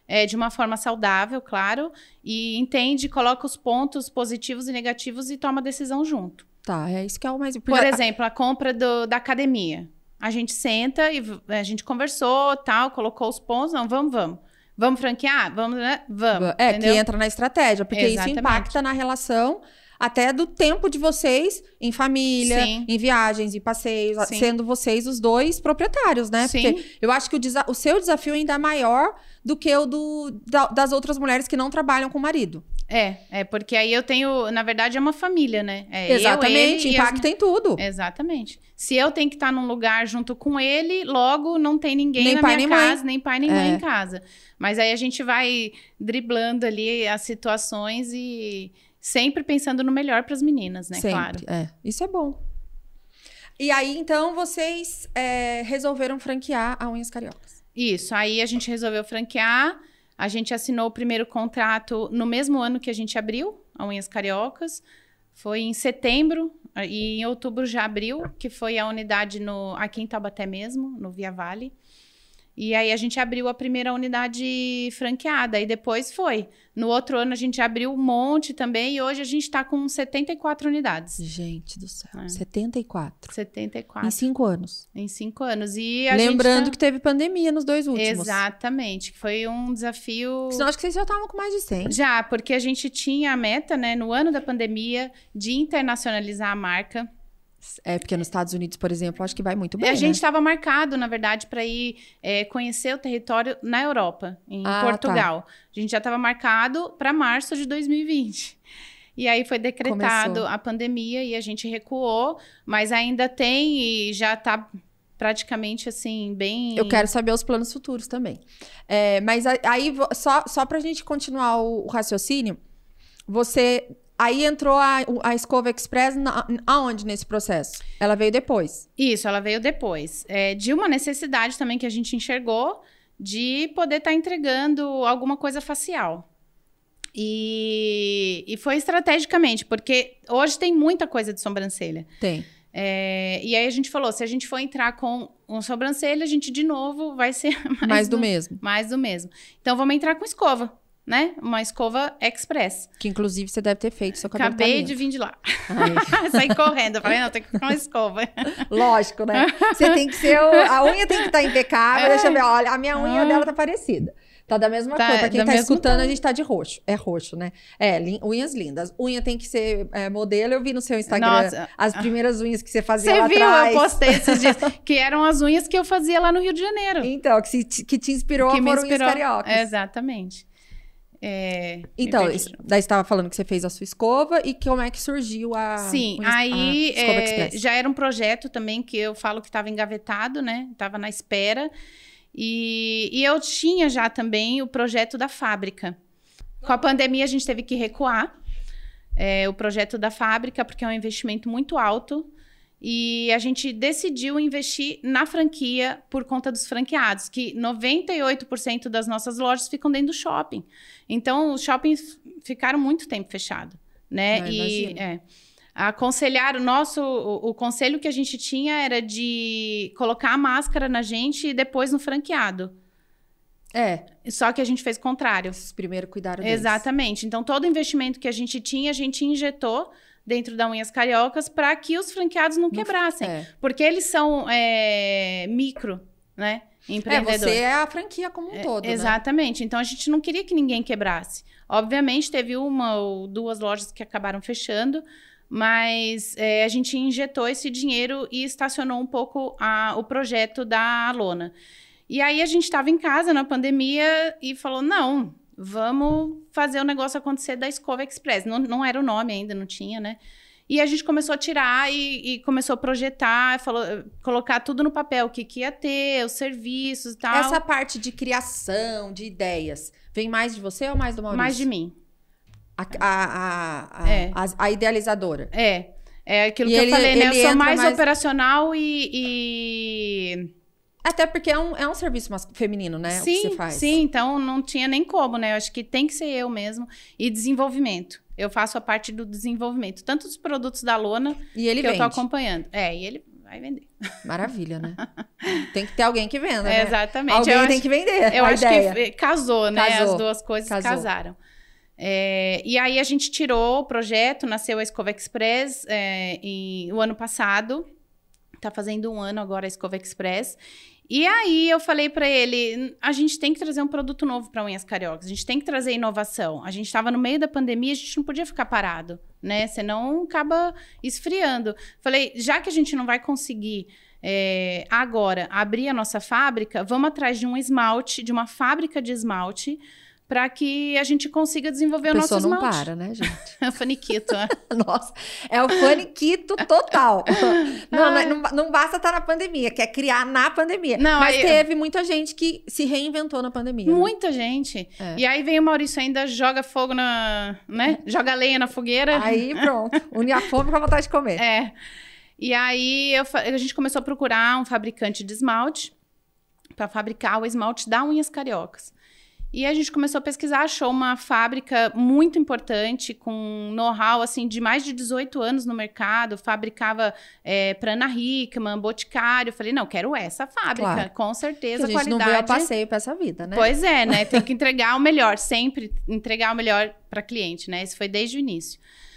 é, de uma forma saudável, claro, e entende, coloca os pontos positivos e negativos e toma decisão junto. Tá, é isso que é o mais importante. Por exemplo, a compra do, da academia. A gente senta e a gente conversou, tal, colocou os pontos, não, vamos, vamos. Vamos franquear? Vamos, né? Vamos. É, entendeu? Que entra na estratégia, porque Exatamente. Isso impacta na relação até do tempo de vocês em família, Sim. em viagens, em passeios, Sim. sendo vocês os dois proprietários, né? Sim. Porque eu acho que o, desa- o seu desafio ainda é maior do que o do, da- das outras mulheres que não trabalham com o marido. É, é, porque aí eu tenho, na verdade, é uma família, né? É Exatamente, eu, ele impacta e as... em tudo. Exatamente. Se eu tenho que estar num lugar junto com ele, logo não tem ninguém Nem na pai, minha nem mãe. casa, nem pai nem É. mãe em casa. Mas aí a gente vai driblando ali as situações e sempre pensando no melhor para as meninas, né? Sempre, Claro. é. Isso é bom. E aí, então, vocês é, resolveram franquear a Unhas Cariocas. Isso, aí a gente resolveu franquear, a gente assinou o primeiro contrato no mesmo ano que a gente abriu a Unhas Cariocas, foi em setembro, e em outubro já abriu, que foi a unidade no, aqui em Taubaté mesmo, no Via Vale. E aí a gente abriu a primeira unidade franqueada, e depois foi. No outro ano a gente abriu um monte também, e hoje a gente está com setenta e quatro unidades. Gente do céu, É. setenta e quatro. setenta e quatro. Em cinco anos. Em cinco anos. E a Lembrando gente tá... que teve pandemia nos dois últimos. Exatamente, que foi um desafio... Senão acho que vocês já estavam com mais de cem. Já, porque a gente tinha a meta, né, no ano da pandemia, de internacionalizar a marca. É, porque nos Estados Unidos, por exemplo, acho que vai muito bem, A gente né? estava marcado, na verdade, para ir é, conhecer o território na Europa, em Ah, Portugal. A gente já estava marcado para março de dois mil e vinte. E aí foi decretado Começou. a pandemia e a gente recuou, mas ainda tem e já está praticamente, assim, bem... Eu quero saber os planos futuros também. É, mas a- aí, vo- só, só pra gente continuar o, o raciocínio, você... Aí entrou a, o- a Escova Express na, aonde nesse processo? Ela veio depois. Isso, ela veio depois. É, de uma necessidade também que a gente enxergou de poder estar entregando alguma coisa facial. E, e foi estrategicamente, porque hoje tem muita coisa de sobrancelha. Tem. É, e aí a gente falou, se a gente for entrar com uma sobrancelha, a gente de novo vai ser mais, Mais do mesmo. mais do mesmo. Então vamos entrar com escova, né? Uma escova express. Que inclusive você deve ter feito, seu cabelo Acabei tá de vir de lá. Ai. Saí correndo. Eu falei, não, tem que ficar uma escova. Lógico, né? Você tem que ser... o- a unha tem que estar impecável. É. Deixa eu ver. Olha, a minha unha Ah. dela tá parecida. Tá da mesma Tá, cor. Pra quem da tá mesma escutando, cor. a gente tá de roxo. É roxo, né? É, lin- unhas lindas. Unha tem que ser é, modelo. Eu vi no seu Instagram Nossa. as primeiras unhas que você fazia Você lá viu? atrás. Eu postei esses dias. Que eram as unhas que eu fazia lá no Rio de Janeiro. Então, que, se- que te inspirou que a me pôr inspirou. unhas cariocas. Exatamente. É, me Então, perdi. isso- daí você estava falando que você fez a sua escova e como é que surgiu a Sim, unhas- aí a Escova é, Express. já era um projeto também que eu falo que estava engavetado, né? Estava na espera. E, e eu tinha já também o projeto da fábrica. Com a pandemia, a gente teve que recuar é, o projeto da fábrica, porque é um investimento muito alto. E a gente decidiu investir na franquia por conta dos franqueados, que noventa e oito por cento das nossas lojas ficam dentro do shopping. Então, os shoppings ficaram muito tempo fechados, né? Ah, e imagino. é, aconselhar o nosso... O, o conselho que a gente tinha era de colocar a máscara na gente e depois no franqueado. É, Só que a gente fez o contrário. vocês primeiro cuidaram deles. Exatamente. Então, todo o investimento que a gente tinha, a gente injetou dentro da Unhas Cariocas para que os franqueados não quebrassem. É. Porque eles são é, micro, né? É, Empreendedores. você é a franquia como um todo, né? Exatamente. Então, a gente não queria que ninguém quebrasse. Obviamente, teve uma ou duas lojas que acabaram fechando, mas é, a gente injetou esse dinheiro e estacionou um pouco a- o projeto da Alona. E aí, a gente estava em casa na pandemia e falou, não, vamos fazer o negócio acontecer da Escova Express. Não, não era o nome ainda, não tinha, né? E a gente começou a tirar e, e começou a projetar, falou, colocar tudo no papel, o que, que ia ter, os serviços e tal. Essa parte de criação, de ideias, vem mais de você ou mais do Maurício? Mais de mim. A, a, a, a, É. a, a idealizadora. É, é aquilo E que ele- eu falei, né? Eu ele sou entra mais, mais- operacional e... e... Até porque é um, é um serviço mas- feminino, né? o que Sim, você faz. sim, então não tinha nem como, né? Eu acho que tem que ser eu mesmo. E desenvolvimento. Eu faço a parte do desenvolvimento. Tanto dos produtos da Lona, E ele que eu vende. tô acompanhando. É, e ele, vai vender. Maravilha, né? Tem que ter alguém que venda, É, né? exatamente. Alguém eu tem acho, que vender. Eu a acho ideia. que casou, né? Casou. As duas coisas Casou. casaram. É, e aí a gente tirou o projeto, nasceu a Escova Express é, em, o ano passado. Tá fazendo um ano agora a Escova Express. E aí eu falei para ele, a gente tem que trazer um produto novo para unhas cariocas, a gente tem que trazer inovação. A gente estava no meio da pandemia, a gente não podia ficar parado, né? Senão acaba esfriando. Falei, já que a gente não vai conseguir é, agora abrir a nossa fábrica, vamos atrás de um esmalte, de uma fábrica de esmalte, para que a gente consiga desenvolver o nosso esmalte. A pessoa não para, né, gente? É o faniquito, né? Nossa, é o faniquito total. não, não, não basta estar na pandemia, quer criar na pandemia. Não, Mas aí, teve muita gente que se reinventou na pandemia. Muita né? gente. É. E aí vem o Maurício ainda, joga fogo na... né? Joga lenha na fogueira. Aí pronto, une a fome com a vontade de comer. É. E aí eu, a gente começou a procurar um fabricante de esmalte para fabricar o esmalte da Unhas Cariocas. E a gente começou a pesquisar, achou uma fábrica muito importante, com know-how assim, de mais de dezoito anos no mercado, fabricava é, para Ana Hickman, Boticário. Falei, não, quero essa fábrica, claro. com certeza, a gente qualidade. não veio a passeio para essa vida, né? Pois é, né? Tem que entregar o melhor, sempre entregar o melhor para cliente, né? Isso foi desde o início.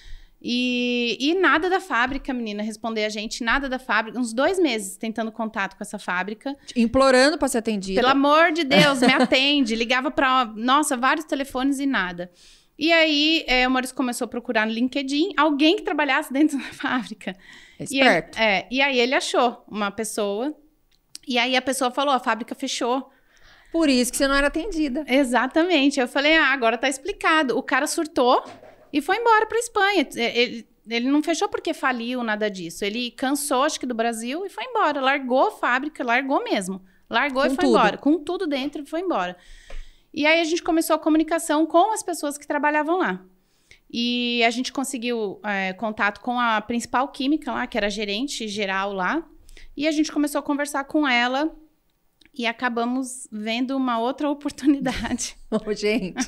E, e nada da fábrica, menina, responder a gente, nada da fábrica. Uns dois meses tentando contato com essa fábrica. Implorando para ser atendida. Pelo amor de Deus, me atende. Ligava para, nossa, vários telefones e nada. E aí, é, o Maurício começou a procurar no LinkedIn alguém que trabalhasse dentro da fábrica. Esperto. E, ele, é, e aí ele achou uma pessoa. E aí a pessoa falou, a fábrica fechou. Por isso que você não era atendida. Exatamente. Eu falei, ah, agora tá explicado. O cara surtou e foi embora para Espanha. Ele, ele não fechou porque faliu, nada disso. Ele cansou, acho que, do Brasil e foi embora. Largou a fábrica, largou mesmo. Largou Com e foi tudo. embora. Com tudo dentro e foi embora. E aí a gente começou a comunicação com as pessoas que trabalhavam lá. E a gente conseguiu é, contato com a principal química lá, que era gerente geral lá. E a gente começou a conversar com ela e acabamos vendo uma outra oportunidade. Ô, gente.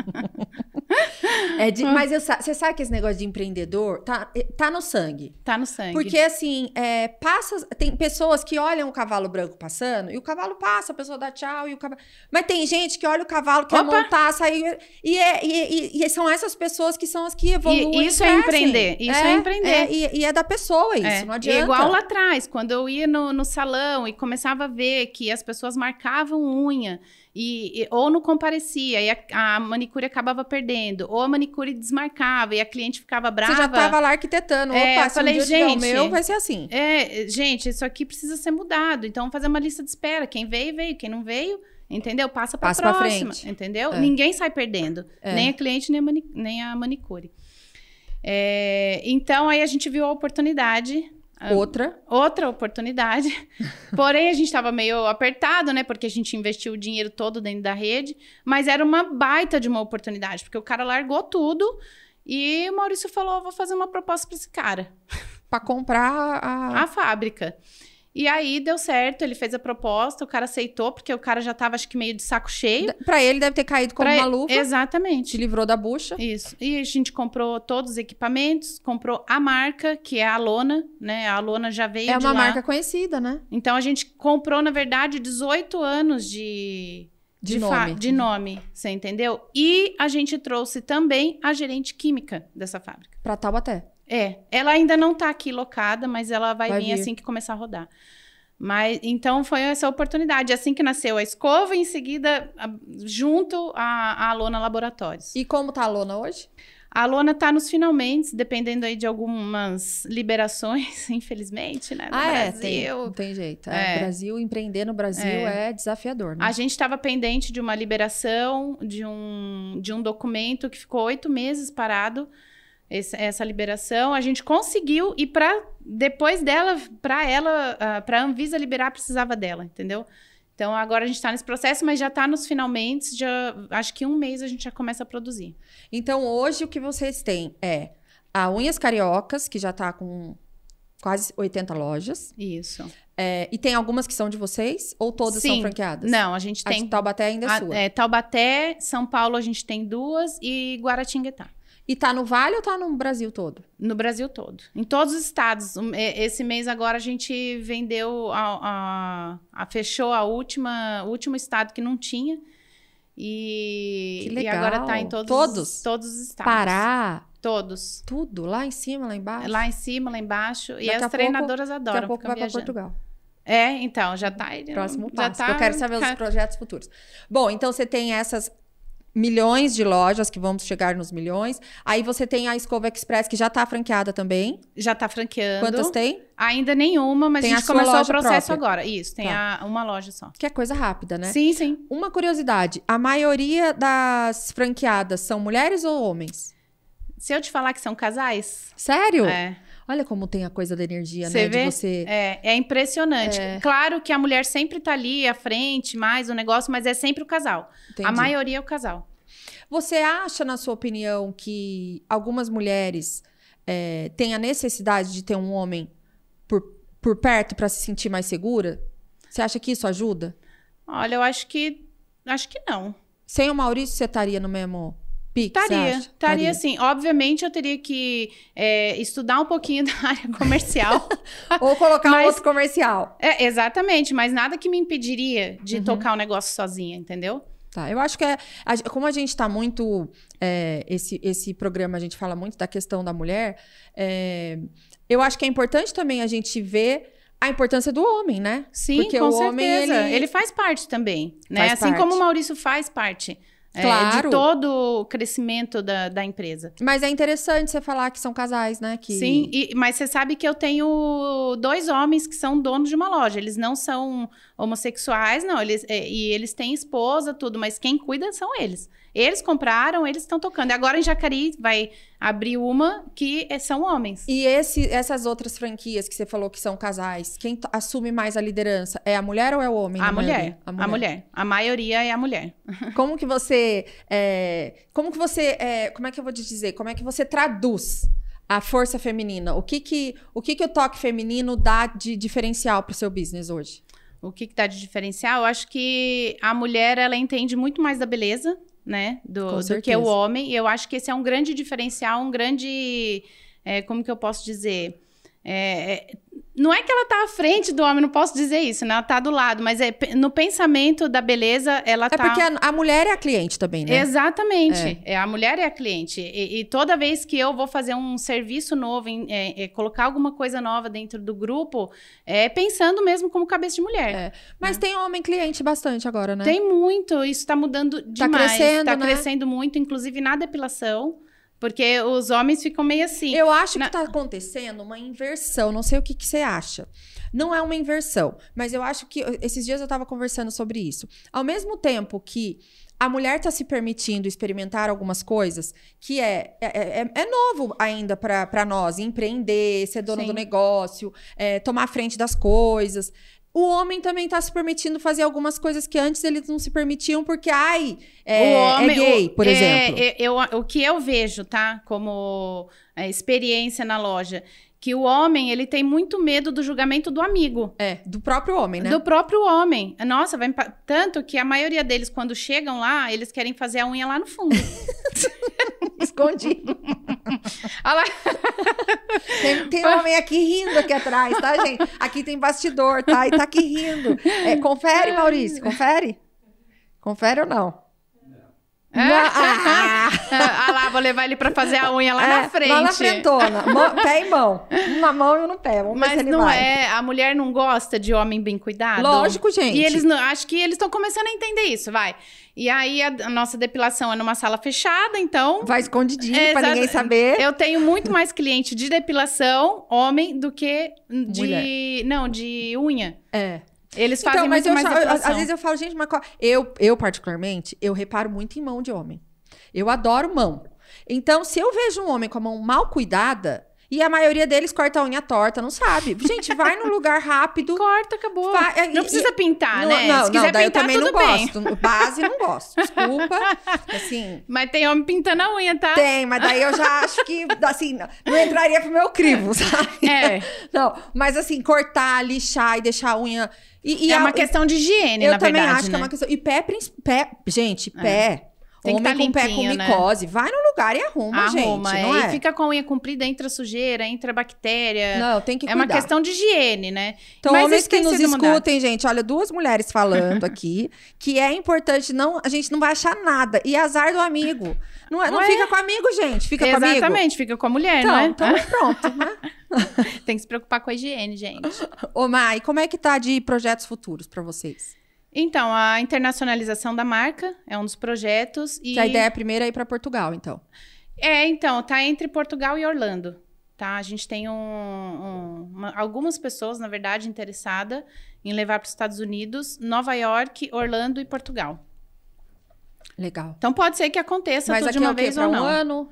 é de, mas eu, você sabe que esse negócio de empreendedor tá, tá no sangue. Tá no sangue. Porque, assim, é, passa, tem pessoas que olham o cavalo branco passando e o cavalo passa, a pessoa dá tchau e o cavalo... Mas tem gente que olha o cavalo, quer Opa! montar, sair... E, é, e, e, e são essas pessoas que são as que evoluem. E isso e é crescem. empreender. Isso é, é empreender. É, e, e é da pessoa isso, É, não adianta. é igual lá atrás, quando eu ia no, no salão e começava a ver que as pessoas marcavam unha, e, e, ou não comparecia, e a, a manicure acabava perdendo, ou a manicure desmarcava, e a cliente ficava brava. Você já estava lá arquitetando. É, Opa, eu se falei, um dia tiver gente, o meu, vai ser assim. É, gente, isso aqui precisa ser mudado, então vamos fazer uma lista de espera. Quem veio, veio. Quem não veio, entendeu? Passa para a próxima, frente. entendeu? É. Ninguém sai perdendo, É. nem a cliente, nem a, mani nem a manicure. É, então, aí a gente viu a oportunidade... Outra. Outra oportunidade. Porém, a gente estava meio apertado, né? Porque a gente investiu o dinheiro todo dentro da rede. Mas era uma baita de uma oportunidade. Porque o cara largou tudo. E o Maurício falou, vou fazer uma proposta para esse cara. Para comprar a... A fábrica. E aí, deu certo. Ele fez a proposta. O cara aceitou. Porque o cara já estava, acho que, meio de saco cheio. Para ele, deve ter caído como pra... uma luva. Exatamente. Te livrou da bucha. Isso. E a gente comprou todos os equipamentos. Comprou a marca, que é a Alona, né? A Alona já veio É de uma lá. marca conhecida, né? Então, a gente comprou, na verdade, dezoito anos de... De nome. De nome, você entendeu? E a gente trouxe também a gerente química dessa fábrica. Para Taubaté. É, ela ainda não tá aqui locada, mas ela vai, Vai vir, vir. assim que começar a rodar. Mas, então, foi essa oportunidade. Assim que nasceu a escova, em seguida, a- junto à, à Alona Laboratórios. E como tá a lona hoje? A Alona tá nos finalmente, dependendo aí de algumas liberações, infelizmente, né? No ah, é, tem, Brasil. não tem jeito. É, É. Brasil, empreender no Brasil é, desafiador, né? A gente estava pendente de uma liberação de um, de um documento que ficou oito meses parado, esse- essa liberação. A gente conseguiu e para depois dela, para ela, para a Anvisa liberar, precisava dela, entendeu? Então agora a gente está nesse processo, mas já está nos finalmente, já acho que um mês a gente já começa a produzir. Então, hoje, o que vocês têm é a Unhas Cariocas, que já tá com quase oitenta lojas. Isso. É, e tem algumas que são de vocês? Ou todas Sim. são franqueadas? Não, a gente A tem de Taubaté ainda é a- sua. é, Taubaté, São Paulo a gente tem duas e Guaratinguetá. E tá no Vale ou tá no Brasil todo? No Brasil todo. Em todos os estados. Esse mês agora a gente vendeu, a, a, a fechou a última, o último estado que não tinha. E, que legal. E agora tá em todos, todos? todos os estados. Pará? Todos. Tudo? Lá em cima, lá embaixo? Lá em cima, lá embaixo. Daqui e as pouco, treinadoras adoram. Daqui a pouco vai viajando. para Portugal. É, então, já tá... Próximo já passo. tá, Eu quero saber os projetos futuros. Bom, então você tem essas milhões de lojas, que vamos chegar nos milhões. Aí você tem a Escova Express, que já tá franqueada também. Já tá franqueando. Quantas tem? Ainda nenhuma, mas tem a gente a sua começou o loja processo própria. agora. Isso, tem Tá. a, uma loja só. Que é coisa rápida, né? Sim, sim. Uma curiosidade, a maioria das franqueadas são mulheres ou homens? Se eu te falar que são casais... Sério? É. Olha como tem a coisa da energia, Você né? vê? De você... É, é impressionante. É. Claro que a mulher sempre tá ali à frente, mais o negócio, mas é sempre o casal. Entendi. A maioria é o casal. Você acha, na sua opinião, que algumas mulheres é, têm a necessidade de ter um homem por, por perto para se sentir mais segura? Você acha que isso ajuda? Olha, eu acho que... Acho que não. Sem o Maurício, você estaria no mesmo pique, você Estaria, acha? estaria sim. Obviamente, eu teria que é, estudar um pouquinho da área comercial. Ou colocar Mas- um outro comercial. É, exatamente, mas nada que me impediria de Uhum. tocar o negócio sozinha, entendeu? Tá, eu acho que é... a- como a gente tá muito... é, esse, esse programa, a gente fala muito da questão da mulher. é, eu acho que é importante também a gente ver a importância do homem, né? Sim, Porque com o certeza. homem, ele... ele- faz parte também, né? Faz Assim parte. como o Maurício faz parte é, Claro. de todo o crescimento da, da empresa. Mas é interessante você falar que são casais, né? Que... Sim, e- mas você sabe que eu tenho dois homens que são donos de uma loja. Eles não são homossexuais, não. Eles, é, e eles têm esposa, tudo, mas quem cuida são eles. Eles compraram, eles estão tocando. E agora em Jacareí vai abrir uma que é- são homens. E esse, essas outras franquias que você falou que são casais, quem t- assume mais a liderança? É a mulher ou é o homem? A na mulher, maioria? a mulher. A maioria é a mulher. Como que você... é, como que você... é, como é que eu vou te dizer? Como é que você traduz a força feminina? O que que o, que que o toque feminino dá de diferencial para o seu business hoje? O que, que dá de diferencial? Eu acho que a mulher, ela entende muito mais da beleza, né? Com Do, do certeza. que o homem. E eu acho que esse é um grande diferencial, um grande... é, como que eu posso dizer? É, é, não é que ela tá à frente do homem, não posso dizer isso, né? Ela tá do lado. Mas é, pe- no pensamento da beleza, ela É tá... porque a, a mulher é a cliente também, né? Exatamente. É. a mulher é a cliente. E, e toda vez que eu vou fazer um serviço novo, em- é, é, colocar alguma coisa nova dentro do grupo, é pensando mesmo como cabeça de mulher. É. Mas tem homem cliente bastante agora, né? Tem muito, isso está mudando demais. crescendo, Tá né? crescendo muito, inclusive na depilação, porque os homens ficam meio assim. Eu acho Na- que tá acontecendo uma inversão. Não sei o que, que você acha. Não é uma inversão, mas eu acho que esses dias eu tava conversando sobre isso. Ao mesmo tempo que a mulher tá se permitindo experimentar algumas coisas que é, é, é, é novo ainda para nós, empreender, ser dono Sim. do negócio, é, tomar a frente das coisas. O homem também tá se permitindo fazer algumas coisas que antes eles não se permitiam porque, ai, é, é gay, o- por é, exemplo. é, eu, o que eu vejo, tá? Como é, experiência na loja, que o homem, ele tem muito medo do julgamento do amigo. É, do próprio homem, né? Do próprio homem. Nossa, vai... empa- tanto que a maioria deles, quando chegam lá, eles querem fazer a unha lá no fundo. Escondido. Olha lá. Tem, tem um homem aqui rindo aqui atrás, tá, gente? Aqui tem bastidor, tá? E tá aqui rindo. É, confere, Maurício, confere? Confere ou não? Não. Ah, Ah lá, vou levar ele pra fazer a unha lá é, na frente. Lá na frentona. Mão- pé e mão. Um na mão e um no pé. Vamos ver se Mas ele não vai. é, a mulher não gosta de homem bem cuidado? Lógico, gente. E eles não, acho que eles estão começando a entender isso, vai. E aí a, a nossa depilação é numa sala fechada, então Vai escondidinho É, pra exato. ninguém saber. eu tenho muito mais cliente de depilação homem do que de Mulher. não, de unha. É. Eles fazem Então, mas muito eu, mais já- eu- depilação. às vezes eu falo, gente, mas qual... eu, eu, particularmente, eu reparo muito em mão de homem. Eu adoro mão. Então, se eu vejo um homem com a mão mal cuidada, e a maioria deles corta a unha torta, não sabe. Gente, vai num lugar rápido. Corta, acabou. Fa- é, Não e- precisa pintar, Não, né? não, Se quiser não, daí eu pintar, também tudo não bem. gosto. Base, não gosto. Desculpa. Assim, Mas tem homem pintando a unha, tá? tem, mas daí eu já acho que, assim, não, não entraria pro meu crivo, sabe? É. Não, mas assim, cortar, lixar e deixar a unha... E, e é a- uma questão de higiene, eu na também verdade, acho que né? é uma questão... E pé, princi- pé gente, pé... Tem Homem que tá com pé com limpinho, né? micose, vai no lugar e arruma, Arruma, gente, é. não é? E fica com a unha comprida, entra sujeira, entra bactéria. Não, tem que É cuidar. uma questão de higiene, né? Então, Mas homens isso que tem nos sido mudado. escutem, gente, olha, duas mulheres falando aqui, que é importante, não, a gente não vai achar nada. E azar do amigo. Não, é, não Ué? fica com amigo, gente, fica com amigo. Exatamente, fica com a mulher, Então, não é? então pronto, né? Tem que se preocupar com a higiene, gente. Ô, Mai, como é que tá de projetos futuros pra vocês? Então, a internacionalização da marca é um dos projetos. E Que a ideia primeira é ir pra Portugal, então. É, então, tá entre Portugal e Orlando, tá? A gente tem um, um, uma- algumas pessoas, na verdade, interessadas em levar para os Estados Unidos, Nova York, Orlando e Portugal. Legal. Então, pode ser que aconteça Mas tudo aqui de é uma o quê? vez Pra ou um não. ano?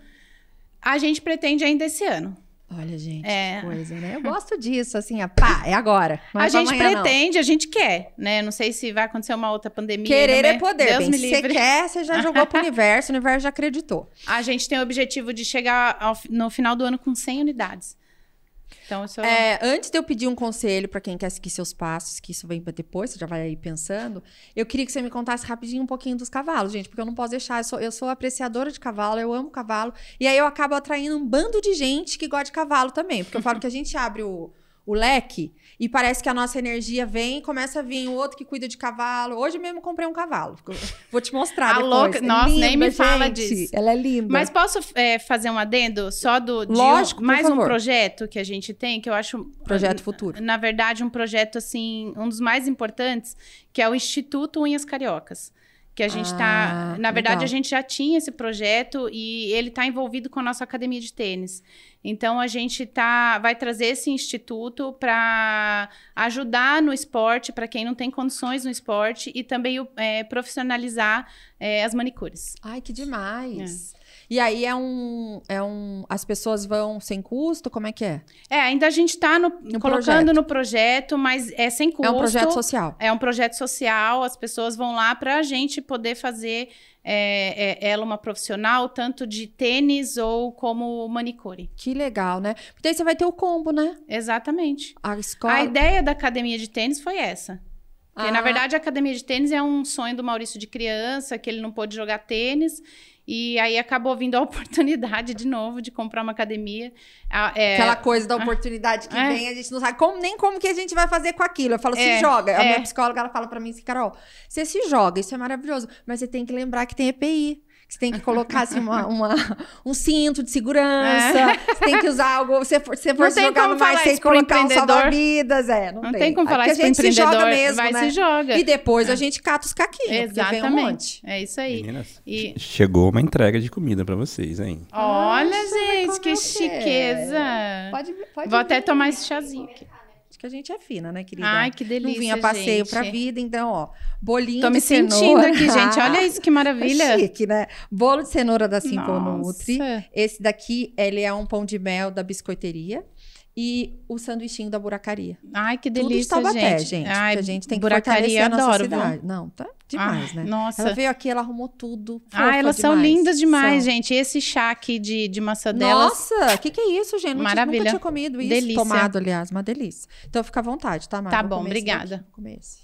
A gente pretende ainda esse ano. Olha, gente, É. que coisa, né? Eu gosto disso, assim, a pá, é agora. Mas a gente amanhã não. pretende, a gente quer, né? Não sei se vai acontecer uma outra pandemia. Querer né? é poder, Deus bem. me Se você livre. quer, você já jogou pro universo, o universo já acreditou. A gente tem o objetivo de chegar ao fi- no final do ano com cem unidades. Então, isso é... É, antes de eu pedir um conselho pra quem quer seguir seus passos, que isso vem pra depois, você já vai aí pensando, eu queria que você me contasse rapidinho um pouquinho dos cavalos, gente, porque eu não posso deixar, eu sou, eu sou apreciadora de cavalo, eu amo cavalo, e aí eu acabo atraindo um bando de gente que gosta de cavalo também, porque eu falo que a gente abre o, o leque e parece que a nossa energia vem e começa a vir o outro que cuida de cavalo. Hoje mesmo comprei um cavalo, vou te mostrar A depois. louca- É Nossa, nem me fala gente. disso. Ela é linda. Mas posso é, fazer um adendo só do de Lógico, um, por mais um favor. projeto que a gente tem, que eu acho Projeto futuro. Na verdade, um projeto assim, um dos mais importantes, que é o Instituto Unhas Cariocas. Que a gente Ah, tá. Na verdade, legal. a gente já tinha esse projeto e ele está envolvido com a nossa academia de tênis. Então, a gente tá, vai trazer esse instituto para ajudar no esporte, para quem não tem condições no esporte, e também é, profissionalizar é, as manicures. Ai, que demais. E aí é um, é um... As pessoas vão sem custo? Como é que é? É, ainda a gente está colocando projeto. no projeto, mas é sem custo. É um projeto social. É um projeto social, as pessoas vão lá para a gente poder fazer é, é, ela uma profissional, tanto de tênis ou como manicure. Que legal, né? Porque daí você vai ter o combo, né? Exatamente. A escola... A ideia da academia de tênis foi essa. Porque, Ah. na verdade, a academia de tênis é um sonho do Maurício de criança, que ele não pôde jogar tênis. E aí acabou vindo a oportunidade de novo de comprar uma academia. Ah, é, Aquela coisa da oportunidade que É. vem, a gente não sabe como, nem como que a gente vai fazer com aquilo. Eu falo, É, se joga. A é. minha psicóloga, ela fala pra mim assim, Carol, você se joga, isso é maravilhoso, mas você tem que lembrar que tem E P I. Você tem que colocar assim, uma, uma- um cinto de segurança. É. Você tem que usar algo. Se for, se for Não se tem jogar como no mar, falar você tem isso que pro colocar um empreendedor. salva-vidas. É, não, Não tem. tem como falar Porque isso a pro gente se joga empreendedor, mesmo, vai né? se joga. E depois a gente cata os caquinhos, porque vem um monte. Exatamente. É isso aí. Meninas, E- chegou uma entrega de comida pra vocês, hein? Olha, Nossa, mas gente, como que eu chiqueza. Pode, pode Vou até vir. tomar esse chazinho aqui. Acho que a gente é fina, né, querida? Ai, que delícia, Não vinha passeio gente. pra vida, então, ó, bolinho Tô de me cenoura. sentindo aqui, gente. Olha isso, que maravilha. É chique, né? Bolo de cenoura da Simple Nossa. Nutri. Esse daqui, ele é um pão de mel da biscoiteria. E o sanduichinho da buracaria. Ai, que Tudo de delícia, Taubaté, gente. gente. Ai, porque a gente tem que buracaria, fortalecer a nossa adoro, viu? cidade. Não, tá demais, Ai, né? nossa. Ela veio aqui, ela arrumou tudo. Ah, fofa elas são demais. lindas demais, São. gente. E esse chá aqui de, de maçã delas. Nossa, o que, que é isso, gente? Não Maravilha. Nunca tinha comido isso. Delícia. Tomado, aliás, uma delícia. Então fica à vontade, tá, Mara? Tá Vou bom, comer esse obrigada. daqui, vou comer esse.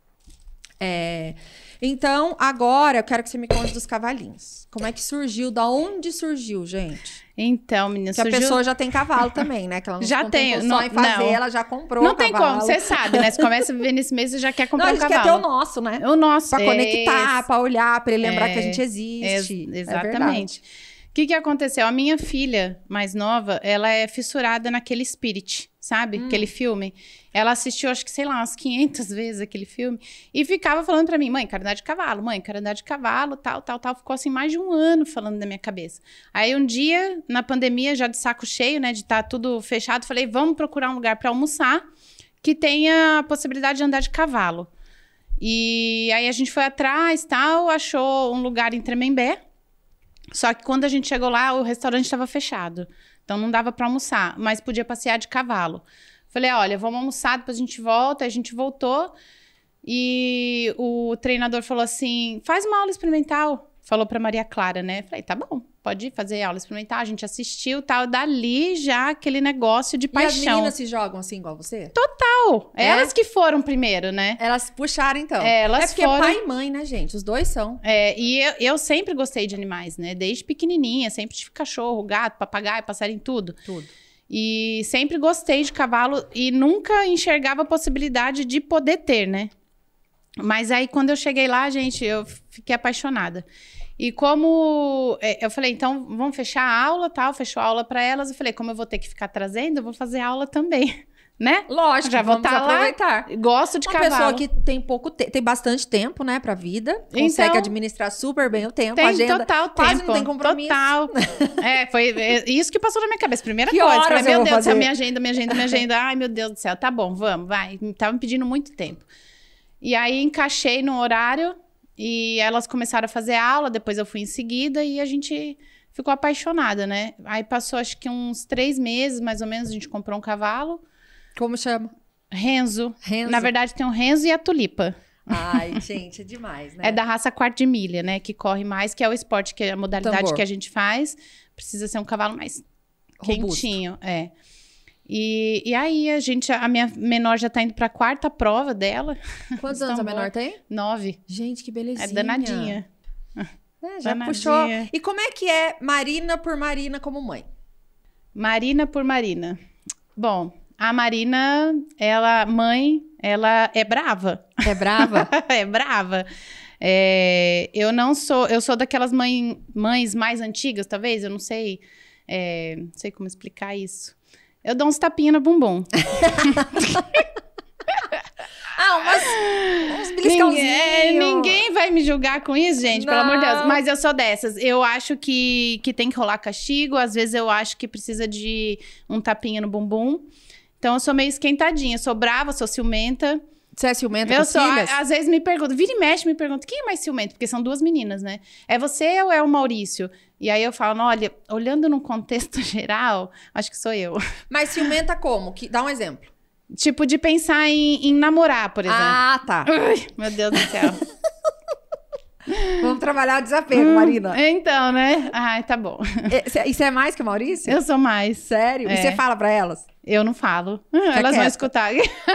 É, então, agora eu quero que você me conte dos cavalinhos. Como é que surgiu? Da onde surgiu, gente? Então, menina, Porque surgiu... a pessoa já tem cavalo também, né? Que ela não Já se contentou tenho, só não- em fazer, não. ela já comprou Não o tem cavalo. como, você sabe, né? Você começa a viver nesse mês, você já quer Não, comprar a um gente quer ter cavalo. o nosso, né? O nosso. Pra é conectar, esse. pra olhar, pra ele lembrar É, que a gente existe. Ex- É verdade. exatamente. O que que aconteceu? A minha filha mais nova, ela é fissurada naquele Spirit, sabe? Hum. Aquele filme. Ela assistiu, acho que, sei lá, umas quinhentas vezes aquele filme. E ficava falando pra mim, mãe, quero andar de cavalo. Mãe, quero andar de cavalo, tal, tal, tal. Ficou assim mais de um ano falando na minha cabeça. Aí um dia, na pandemia, já de saco cheio, né? De estar tudo fechado, falei, vamos procurar um lugar pra almoçar que tenha a possibilidade de andar de cavalo. E aí a gente foi atrás, tal, achou um lugar em Tremembé. Só que quando a gente chegou lá, o restaurante estava fechado. Então não dava para almoçar, mas podia passear de cavalo. Falei, olha, vamos almoçar, depois a gente volta. Aí a gente voltou e o treinador falou assim, faz uma aula experimental. Falou para Maria Clara, né? Falei, tá bom. pode ir fazer aula experimental. A gente assistiu e tal. Dali já aquele negócio de paixão. E as meninas se jogam assim igual você? Total. É? Elas que foram primeiro, né? Elas puxaram, então. É, elas é porque foram... é pai e mãe, né, gente? Os dois são. É, e eu, eu sempre gostei de animais, né? Desde pequenininha. Sempre tive cachorro, gato, papagaio, passarinho, tudo. Tudo. E sempre gostei de cavalo e nunca enxergava a possibilidade de poder ter, né? Mas aí, quando eu cheguei lá, gente, eu fiquei apaixonada. E como... Eu falei, então, vamos fechar a aula, tal. Fechou a aula para elas. Eu falei, como eu vou ter que ficar trazendo, eu vou fazer aula também, né? Lógico, já vou vamos tá aproveitar. Lá, gosto de Uma cavalo. pessoa que tem pouco te tem bastante tempo, né, pra vida. Consegue então, administrar super bem o tempo, tem a agenda. Total quase tempo. não tem compromisso. Total. É, foi é, isso que passou na minha cabeça. Primeira que coisa. Horas Falei, eu meu vou Deus do céu, fazer? minha agenda, minha agenda, minha agenda. Ai, meu Deus do céu. Tá bom, vamos, vai. Tava me pedindo muito tempo. E aí, encaixei no horário e elas começaram a fazer aula. Depois eu fui em seguida e a gente ficou apaixonada, né? Aí passou, acho que uns três meses, mais ou menos, a gente comprou um cavalo. Como chama? Renzo. Renzo. Na verdade, tem o Renzo e a Tulipa. Ai, gente, é demais, né? É da raça quarto de milha, né? Que corre mais, que é o esporte, que é a modalidade Tambor. que a gente faz. Precisa ser um cavalo mais Robusto. quentinho, é. E, e aí, a gente, a minha menor já tá indo pra quarta prova dela. Quantos anos a Tambor. menor tem? Nove. Gente, que belezinha. É danadinha. É, já Danadinha. puxou. E como é que é Marina por Marina como mãe? Marina por Marina. Bom, a Marina, ela, mãe, ela é brava. É brava? É brava. É, eu não sou... Eu sou daquelas mãe, mães mais antigas, talvez. Eu não sei... É, não sei como explicar isso. Eu dou uns tapinhas no bumbum. Ah, umas, uns beliscãozinhos. Ninguém, é, ninguém vai me julgar com isso, gente, Não. pelo amor de Deus. Mas eu sou dessas. Eu acho que, que tem que rolar castigo. Às vezes eu acho que precisa de um tapinha no bumbum. Então eu sou meio esquentadinha. Sou brava, sou ciumenta. Você é ciumenta Eu com as sou, filhas? a- às vezes me perguntam, vira e mexe, me perguntam, quem é mais ciumento? Porque são duas meninas, né? É você ou é o Maurício? E aí eu falo, olha, olhando num contexto geral, acho que sou eu. Mas ciumenta como? Que, dá um exemplo. Tipo, de pensar em, em namorar, por exemplo. Ah, tá. Ai, meu Deus do céu. Vamos trabalhar o desapego, Marina. Então, né? Ai, tá bom. E você é mais que o Maurício? Eu sou mais. Sério? É. E você fala pra elas? Eu não falo. Elas vão quieta. escutar.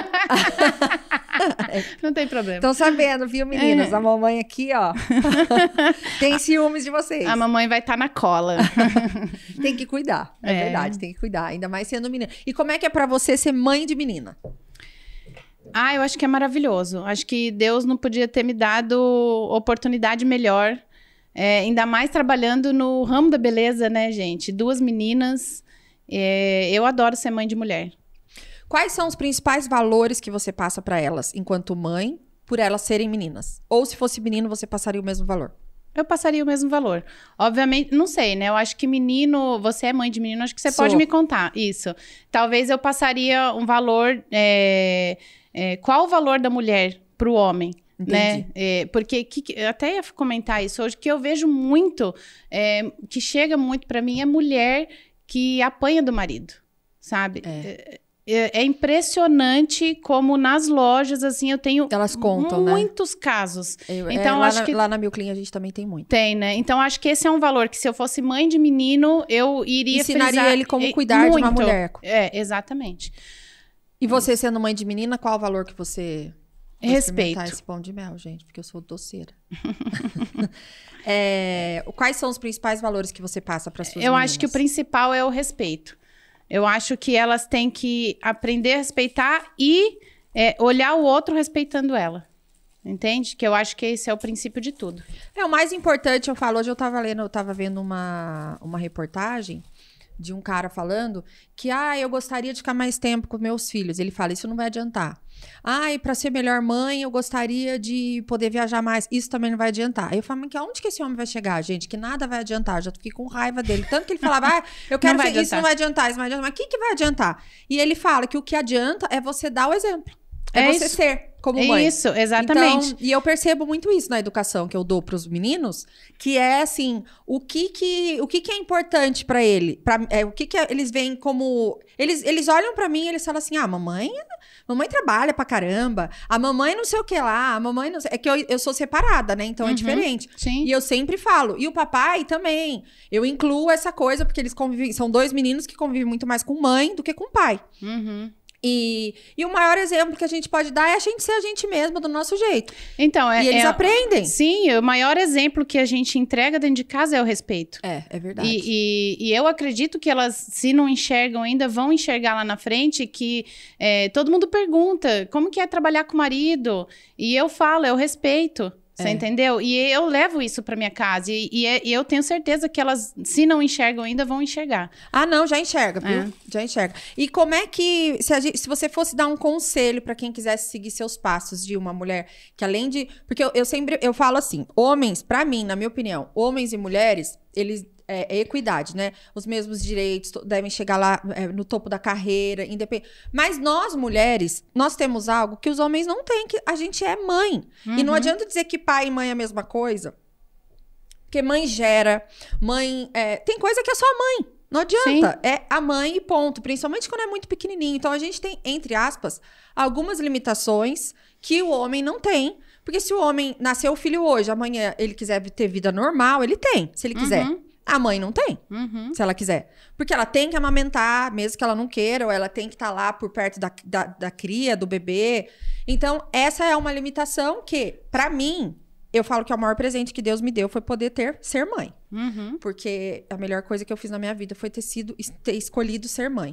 Não tem problema. Estão sabendo, viu, meninas? É. A mamãe aqui, ó, tem ciúmes de vocês. A mamãe vai estar na cola. Tem que cuidar, é, É. verdade, tem que cuidar. Ainda mais sendo menina. E como é que é pra você ser mãe de menina? Ah, eu acho que é maravilhoso. Acho que Deus não podia ter me dado oportunidade melhor. É, ainda mais trabalhando no ramo da beleza, né, gente? Duas meninas. É, eu adoro ser mãe de mulher. Quais são os principais valores que você passa pra elas enquanto mãe, por elas serem meninas? Ou se fosse menino, você passaria o mesmo valor? Eu passaria o mesmo valor. Obviamente, não sei, né? Eu acho que menino... Você é mãe de menino, acho que você Sou. pode me contar. Isso. Talvez eu passaria um valor... é, é, qual o valor da mulher pro homem? Entendi. Né? É, porque que, que- eu até ia comentar isso hoje, que eu vejo muito, é, que chega muito pra mim, é mulher que apanha do marido, sabe? É. É, é impressionante como nas lojas, assim, eu tenho Elas contam, né? muitos casos. Eu- Então, é, lá, acho na, que- lá na Milclean a gente também tem muito. Tem, né? Então, acho que esse é um valor que se eu fosse mãe de menino, eu iria Ensinaria frisar... ele como eh, cuidar de uma muito. mulher. É, exatamente. E você sendo mãe de menina, qual o valor que você... Vou Respeito. experimentar esse pão de mel, gente, porque eu sou doceira. É, quais são os principais valores que você passa para suas Eu meninas? acho que o principal é o respeito. Eu acho que elas têm que aprender a respeitar e é, olhar o outro respeitando ela. Entende? Que eu acho que esse é o princípio de tudo. É, o mais importante, eu falo, hoje eu tava lendo, eu tava vendo uma, uma reportagem de um cara falando que, ah, eu gostaria de ficar mais tempo com meus filhos. Ele fala, isso não vai adiantar. Ah, e pra ser melhor mãe, eu gostaria de poder viajar mais. Isso também não vai adiantar. Aí eu falo, mas que aonde que esse homem vai chegar, gente? Que nada vai adiantar. Eu já fiquei com raiva dele. Tanto que ele falava, ah, eu quero Não vai ser, isso adiantar. não vai adiantar, isso não vai adiantar. Mas o que, que vai adiantar? E ele fala que o que adianta é você dar o exemplo. É, É você isso. ser como É mãe. isso, exatamente. Então, e eu percebo muito isso na educação que eu dou para os meninos, que é assim, o que que, o que, que é importante para ele, para é, o que que é- eles veem como eles, eles olham para mim e eles falam assim: "Ah, mamãe, Mamãe trabalha pra caramba. A mamãe não sei o que lá. A mamãe não sei... É que eu, eu sou separada, né? Então Uhum, é diferente. sim. E eu sempre falo. E o papai também. Eu incluo essa coisa, porque eles convivem... São dois meninos que convivem muito mais com mãe do que com pai. Uhum. E, e o maior exemplo que a gente pode dar é a gente ser a gente mesma, do nosso jeito. Então, é, e eles é, aprendem. Sim, o maior exemplo que a gente entrega dentro de casa é o respeito. É, é verdade. E, e, e eu acredito que elas, se não enxergam ainda, vão enxergar lá na frente que é, todo mundo pergunta como que é trabalhar com o marido. E eu falo, é o respeito. Você É. entendeu? E eu levo isso pra minha casa. E, e, é- e eu tenho certeza que elas, se não enxergam ainda, vão enxergar. Ah, não, já enxerga, viu? É. Já enxerga. E como é que, se, a gente- se você fosse dar um conselho pra quem quisesse seguir seus passos de uma mulher que além de... Porque eu, eu sempre, eu falo assim, homens, pra mim, na minha opinião, homens e mulheres, eles... É, é equidade, né? Os mesmos direitos to- devem chegar lá é, no topo da carreira, independente. Mas nós, mulheres, nós temos algo que os homens não têm, que a gente é mãe. E não Uhum. adianta dizer que pai e mãe é a mesma coisa. Porque mãe gera, mãe... é, tem coisa que é só a mãe. Não adianta. É a mãe e ponto. Principalmente quando é muito pequenininho. Então, a gente tem, entre aspas, algumas limitações que o homem não tem. Porque se o homem nasceu o filho hoje, amanhã ele quiser ter vida normal, ele tem, se ele quiser. Uhum. A mãe não tem, Uhum. se ela quiser. Porque ela tem que amamentar, mesmo que ela não queira, ou ela tem que estar lá por perto da, da, da cria, do bebê. Então, essa é uma limitação que, pra mim, eu falo que é o maior presente que Deus me deu foi poder ter, ser mãe. Uhum. Porque a melhor coisa que eu fiz na minha vida foi ter sido, ter escolhido ser mãe.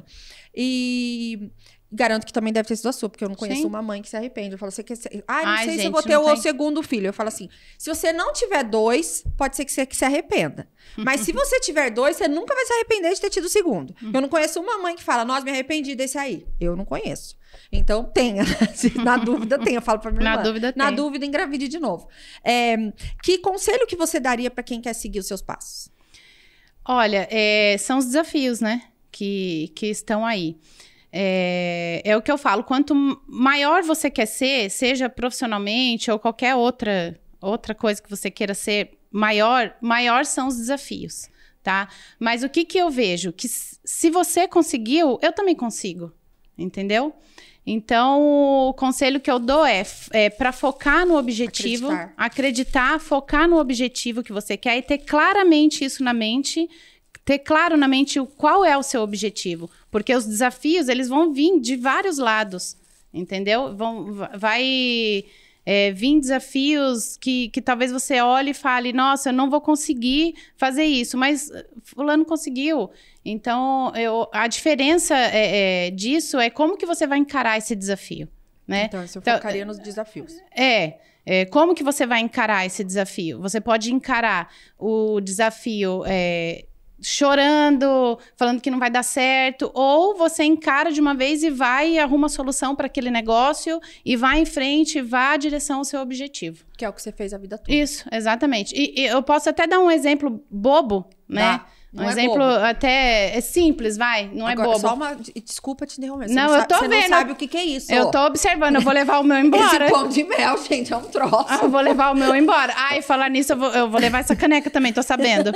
E garanto que também deve ter sido a sua, porque eu não conheço Sim. uma mãe que se arrepende. Eu falo, você quer ser... Ai, não Ai, sei se eu gente, vou ter não o tem. segundo filho. Eu falo assim, se você não tiver dois, pode ser que você que se arrependa. Mas se você tiver dois, você nunca vai se arrepender de ter tido o segundo. Eu não conheço uma mãe que fala, nossa, me arrependi desse aí. Eu não conheço. Então, tenha. Se na dúvida, tenha. Eu falo pra minha Na irmã. dúvida, Na tem. dúvida, engravide de novo. É, que conselho que você daria pra quem quer seguir os seus passos? Olha, é, são os desafios, né? Que, que estão aí. É, é o que eu falo, quanto maior você quer ser, seja profissionalmente ou qualquer outra, outra coisa que você queira ser maior, maior são os desafios, tá? Mas o que que eu vejo? Que s- se você conseguiu, eu também consigo, entendeu? Então, o conselho que eu dou é, f- é para focar no objetivo, Acreditar. acreditar, focar no objetivo que você quer e ter claramente isso na mente, ter claro na mente o- qual é o seu objetivo. Porque os desafios, eles vão vir de vários lados, entendeu? Vão, va- vai é, vir desafios que, que talvez você olhe e fale, nossa, eu não vou conseguir fazer isso, mas eh, fulano conseguiu. Então, eu, a diferença é, é, disso é como que você vai encarar esse desafio, né? Então, eu Então, focaria nos desafios. É, é, como que você vai encarar esse desafio? Você pode encarar o desafio é, chorando, falando que não vai dar certo, ou você encara de uma vez e vai e arruma a solução para aquele negócio e vai em frente, vá à direção ao seu objetivo. Que é o que você fez a vida toda. Isso, exatamente. E, e eu posso até dar um exemplo bobo, né? Dá. Não um é exemplo bobo. até é simples, vai, não Agora, é bobo. Só uma... Desculpa te interromper. Você Não, não eu sabe, tô você vendo. não sabe o que, que é isso. Eu tô observando, eu vou levar o meu embora. Esse pão de mel, gente, é um troço. Ah, eu vou levar o meu embora. Ai, falar nisso, eu vou, eu vou levar essa caneca também, tô sabendo.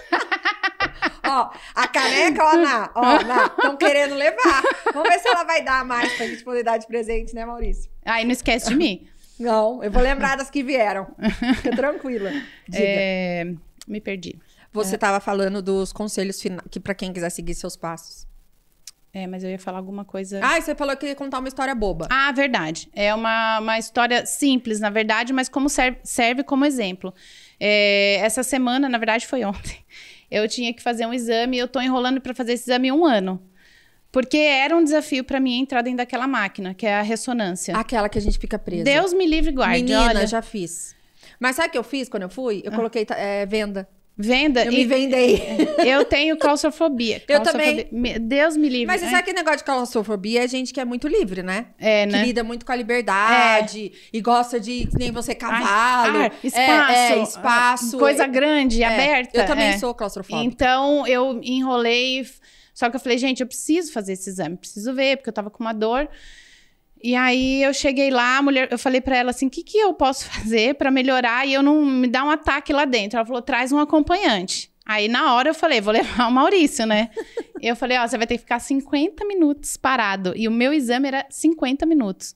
Ó, a caneca, ó, Ná, ó, Ná, estão querendo levar. Vamos ver se ela vai dar mais pra gente poder dar de presente, né, Maurício? Ai, não esquece de mim. Não, eu vou lembrar das que vieram. Fica tranquila. Diga. É, me perdi. Você tava falando dos conselhos finais, que pra quem quiser seguir seus passos. É, mas eu ia falar alguma coisa... Ah, e você falou que ia contar uma história boba. Ah, verdade. É uma, uma história simples, na verdade, mas como serve, serve como exemplo. É, essa semana, na verdade, foi ontem. Eu tinha que fazer um exame e eu tô enrolando para fazer esse exame um ano. Porque era um desafio para mim entrar dentro daquela máquina, que é a ressonância. Aquela que a gente fica presa. Deus me livre e guarde, Menina, olha. já fiz. Mas sabe o que eu fiz quando eu fui? Eu coloquei é, venda. Venda. Eu e- me vendei. Eu tenho claustrofobia. Eu Claustrofobia. também. Me- Deus me livre. Mas você É. sabe que negócio de claustrofobia é gente que é muito livre, né? É, Que né? lida muito com a liberdade e gosta de, que nem você, cavalo. Ai, ar, espaço, É, é, espaço. coisa grande, É, aberta. Eu também é. sou claustrofóbica. Então, eu enrolei. Só que eu falei, gente, eu preciso fazer esse exame, preciso ver, porque eu tava com uma dor. E aí eu cheguei lá, a mulher, eu falei pra ela assim, o que que eu posso fazer pra melhorar e eu não me dar um ataque lá dentro? Ela falou, traz um acompanhante. Aí na hora eu falei, vou levar o Maurício, né? Eu falei, ó, você vai ter que ficar cinquenta minutos parado. E o meu exame era cinquenta minutos.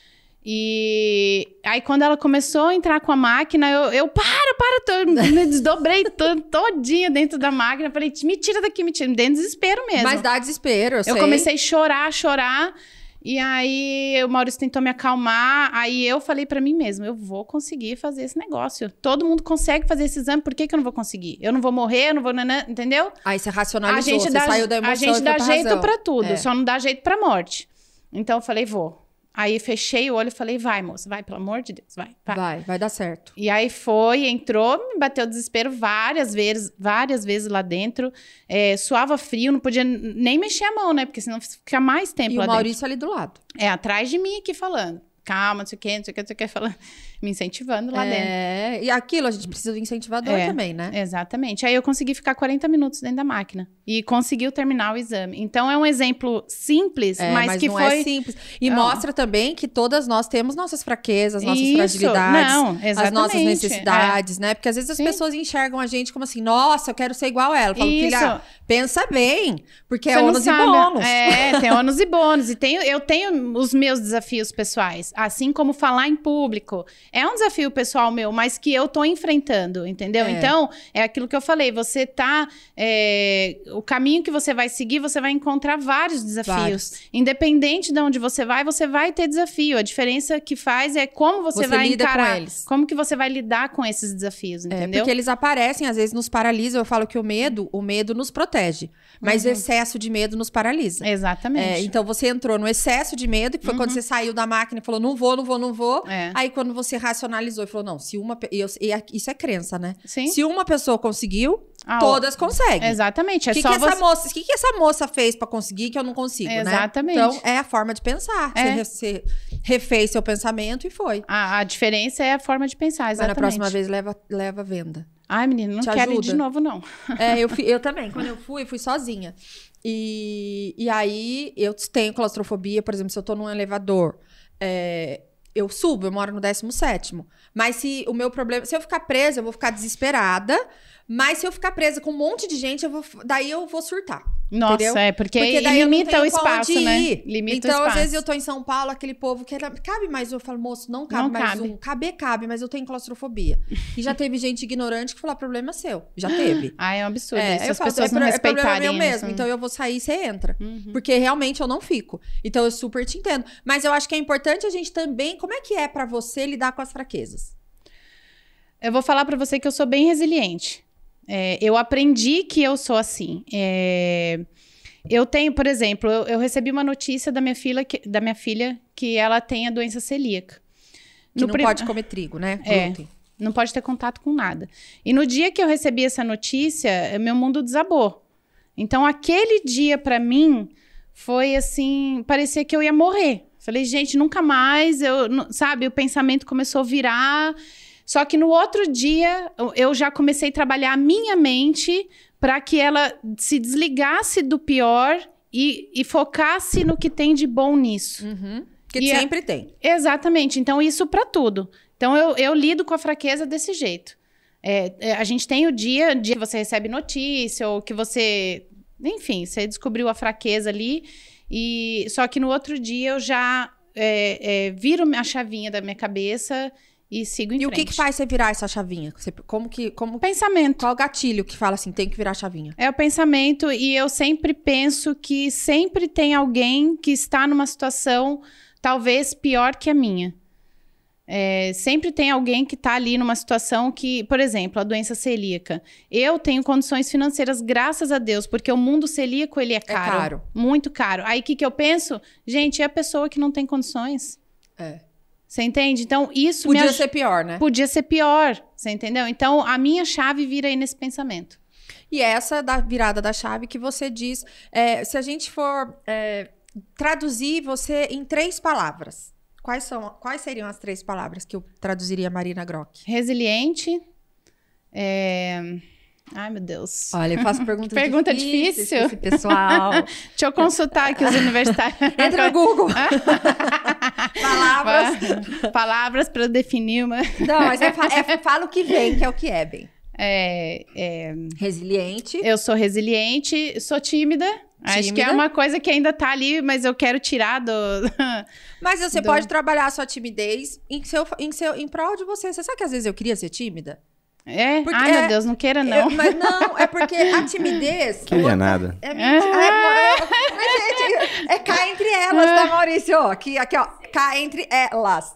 E aí, quando ela começou a entrar com a máquina, eu, eu para, para, tô, me desdobrei to, todinha dentro da máquina. Falei, me tira daqui, me tira. Me dei um desespero mesmo. Mas dá desespero, eu, eu sei. comecei a chorar, chorar. E aí, o Maurício tentou me acalmar. Aí, eu falei pra mim mesma, eu vou conseguir fazer esse negócio. Todo mundo consegue fazer esse exame, por que que eu não vou conseguir? Eu não vou morrer, eu não vou... Nanã, entendeu? Aí você racionalizou, a gente você dá, saiu da emoção A gente e dá foi pra jeito razão. pra tudo, É. só não dá jeito pra morte. Então, eu falei, vou. Aí, fechei o olho e falei, vai, moça, vai, pelo amor de Deus, vai, vai. Vai, vai dar certo. E aí, foi, entrou, me bateu desespero várias vezes, várias vezes lá dentro. É, suava frio, não podia nem mexer a mão, né? Porque senão fica mais tempo E lá o dentro. Maurício ali do lado. É, atrás de mim aqui falando. Calma, não sei o que, não sei o que, não sei o que, falando. Me incentivando lá dentro. É, e aquilo, a gente precisa do incentivador É, também, né? Exatamente. Aí eu consegui ficar quarenta minutos dentro da máquina. E conseguiu terminar o exame. Então, é um exemplo simples, É, mas, mas que não foi... é simples. E Não. mostra também que todas nós temos nossas fraquezas, nossas Isso, fragilidades, não, as exatamente, nossas necessidades, né? Porque às vezes as Sim. pessoas enxergam a gente como assim, nossa, eu quero ser igual a ela. Eu falo, Isso. filha, pensa bem, porque Você é não ônus e sabe. bônus. É, tem ônus e bônus. E tenho, eu tenho os meus desafios pessoais. Assim como falar em público. É um desafio pessoal meu, mas que eu tô enfrentando, entendeu? É. Então, é aquilo que eu falei. Você tá... é, o caminho que você vai seguir, você vai encontrar vários desafios. Vários. Independente de onde você vai, você vai ter desafio. A diferença que faz é como você, Você vai lida com encarar. eles. Como que você vai lidar com esses desafios, É, entendeu? porque eles aparecem, às vezes nos paralisam. Eu falo que o medo, o medo nos protege. Mas o excesso de medo nos paralisa. Exatamente. É, então você entrou no excesso de medo, que foi quando você saiu da máquina e falou, não vou, não vou, não vou. É. Aí quando você racionalizou e falou, não, se uma... pe- E, eu- e a- isso é crença, né? Sim. Se uma pessoa conseguiu, Ah, todas conseguem. Exatamente. É O que, só que, essa você... moça, que, que essa moça fez pra conseguir que eu não consigo, Exatamente. né? Então, é a forma de pensar. É. Você, re- você refez seu pensamento e foi. A, a diferença é a forma de pensar, Mas exatamente. na próxima vez, leva, leva venda. Ai, menina, não Te quero ir ajuda? de novo, não. É, eu, fui- eu também. Quando eu fui, fui sozinha. E, e aí, eu tenho claustrofobia. Por exemplo, se eu tô num elevador, é, eu subo, eu moro no décimo sétimo. Mas se o meu problema... Se eu ficar presa, eu vou ficar desesperada. Mas se eu ficar presa com um monte de gente, eu vou, daí eu vou surtar. Nossa, entendeu? é, porque, Porque daí eu não limita tenho o pra espaço, onde né? ir. Limita então, o espaço. às vezes, eu tô em São Paulo, aquele povo que era, cabe mais um. Eu falo, moço, não cabe Não mais cabe. um. Caber, cabe, mas eu tenho claustrofobia. E já teve gente ignorante que falou, problema é seu. Já teve. Ah, é um absurdo É, isso, eu as falo, pessoas é, não pro- é problema respeitarem meu mesmo. isso. Então eu vou sair e você entra. Uhum. Porque realmente eu não fico. Então eu super te entendo. Mas eu acho que é importante a gente também... Como é que é pra você lidar com as fraquezas? Eu vou falar pra você que eu sou bem resiliente. É, eu aprendi que eu sou assim. É, eu tenho, por exemplo, eu, eu recebi uma notícia da minha filha que, da minha filha que ela tem a doença celíaca. Que No não prim- pode comer trigo, né? É. Glúten. Não pode ter contato com nada. E no dia que eu recebi essa notícia, meu mundo desabou. Então, aquele dia, pra mim, foi assim... Parecia que eu ia morrer. Falei, gente, nunca mais... Eu, não- sabe, o pensamento começou a virar... Só que no outro dia, eu- eu já comecei a trabalhar a minha mente para que ela se desligasse do pior e, e focasse no que tem de bom nisso. Uhum. Que E a- sempre tem. Exatamente. Então, isso para tudo. Então, eu, eu lido com a fraqueza desse jeito. É, é, a gente tem o dia, dia que você recebe notícia ou que você... Enfim, você descobriu a fraqueza ali. E, só que no outro dia, eu já é, é, viro a chavinha da minha cabeça e sigo em E frente. o que que faz você virar essa chavinha? Você- como que... Como, Pensamento. qual o gatilho que fala assim, tem que virar a chavinha? É o pensamento, e eu sempre penso que sempre tem alguém que está numa situação talvez pior que a minha. É, sempre tem alguém que está ali numa situação que, por exemplo, a doença celíaca. Eu tenho condições financeiras, graças a Deus, porque o mundo celíaco, ele é caro. caro. Muito caro. Aí, o que, que eu penso? Gente, é a pessoa que não tem condições. É. Você entende? Então, isso me Podia aj- ser pior, né? Podia ser pior, você entendeu? Então, a minha chave vira aí nesse pensamento. E essa da virada da chave que você diz, é, se a gente for é, traduzir você em três palavras, quais são, quais seriam as três palavras que eu traduziria Marina Grock? Resiliente. É... Ai, meu Deus. Olha, eu faço perguntas Pergunta difíceis difícil. pra esse pessoal. Deixa eu consultar aqui os universitários. Entra no Google. Palavras. Pa- Palavras para definir uma. Não, mas é, fa- é fala o que vem, que é o que é, bem. É, é, Resiliente. eu sou resiliente, sou tímida. Acho tímida. que é uma coisa que ainda tá ali, mas eu quero tirar do... Mas você do... pode trabalhar a sua timidez em, seu, em, seu, em prol de você. Você sabe que às vezes eu queria ser tímida? É? Porque Ai, é, meu Deus, não queira, não. Eu, mas não, é porque a timidez... Queria nada. É, mentira. é, é, mas, gente, é cá entre elas, tá, Maurício? Aqui, aqui, ó. Cá entre elas.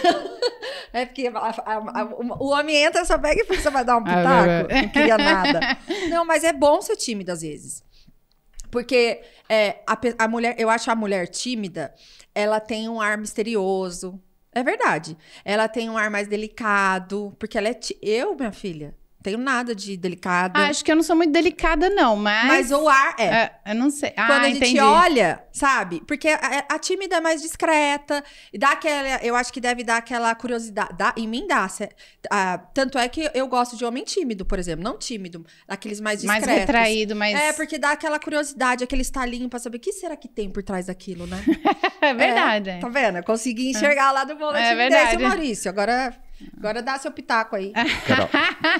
É porque a, a, a, o homem entra, só pega e você vai dar um pitaco. Não queria nada. Não, mas é bom ser tímida às vezes. Porque é, a, a mulher, eu acho a mulher tímida, ela tem um ar misterioso. É verdade. Ela tem um ar mais delicado, porque ela é... Ti... Eu, minha filha, tenho nada de delicada. Ah, acho que eu não sou muito delicada, não, mas... Mas o ar é. é eu não sei. Ah, Quando a gente entendi. olha, sabe? Porque a, a tímida é mais discreta. E dá aquela... Eu acho que deve dar aquela curiosidade. Dá, em mim dá. Cê, ah, tanto é que eu gosto de homem tímido, por exemplo. Não tímido, aqueles mais discretos. Mais retraído, mais... É, porque dá aquela curiosidade, aquele estalinho pra saber o que será que tem por trás daquilo, né? É verdade. É, tá vendo? Eu consegui enxergar lá do bolo da É timidez, verdade. seu Maurício. Agora, agora dá seu pitaco aí. Carol.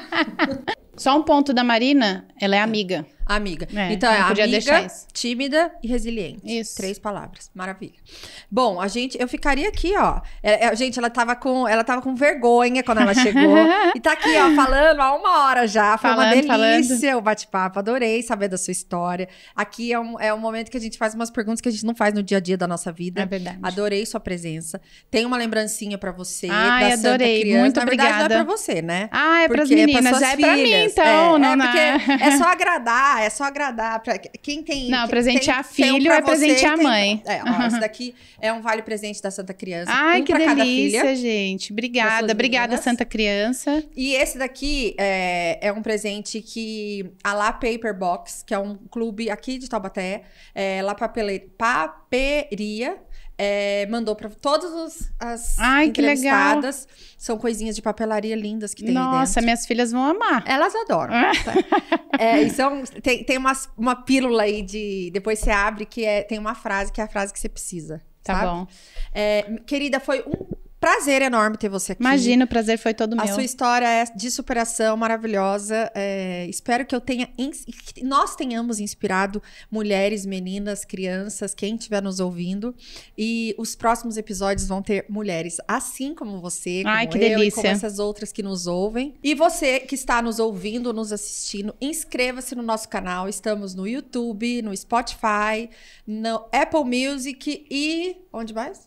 Só um ponto da Marina, ela é amiga. Amiga. É, então, é não podia deixar amiga, isso. tímida e resiliente. Isso. Três palavras. Maravilha. Bom, a gente... Eu ficaria aqui, ó. É, é, gente, ela tava, com, ela tava com vergonha quando ela chegou. E tá aqui, ó, falando há uma hora já. Foi Falando, uma delícia falando. o bate-papo. Adorei saber da sua história. Aqui é um, é um momento que a gente faz umas perguntas que a gente não faz no dia a dia da nossa vida. É verdade. Adorei sua presença. Tem uma lembrancinha pra você Ai, da Santa adorei. Criança. Muito Na verdade, obrigada. não é pra você, né? Ah, é pras Porque meninas. suas É pra mim, filhas. então. É, não, é não porque é só agradar, é só agradar. Pra quem tem... Não, quem presentear tem, tem um filho pra é presentear tem- mãe. É, ó, esse daqui é um vale presente da Santa Criança. Ai, um que pra cada delícia, filha. gente. Das Obrigada. suas Obrigada, meninas. Santa Criança. E esse daqui é, é um presente que a La Paper Box, que é um clube aqui de Taubaté, é, La Papele- Paperia, é, mandou para todas os- as Ai, que legal. entrevistadas. São coisinhas de papelaria lindas que tem aí Nossa, dentro. minhas filhas vão amar. Elas adoram. Tá? É, e são, tem tem umas, uma pílula aí de... Depois você abre que é, tem uma frase que é a frase que você precisa. Tá sabe? bom. É, querida, foi um prazer enorme ter você aqui. Imagina, o prazer foi todo A meu. sua história é de superação maravilhosa. É, espero que eu tenha, ins- que nós tenhamos inspirado mulheres, meninas, crianças, quem estiver nos ouvindo. E os próximos episódios vão ter mulheres assim como você, como Ai, que eu, e delícia. como essas outras que nos ouvem. E você que está nos ouvindo, nos assistindo, inscreva-se no nosso canal. Estamos no YouTube, no Spotify, no Apple Music e onde mais?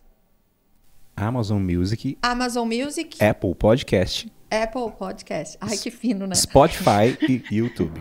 Amazon Music, Amazon Music, Apple Podcast, Apple Podcast. Ai, que fino, né? Spotify e YouTube.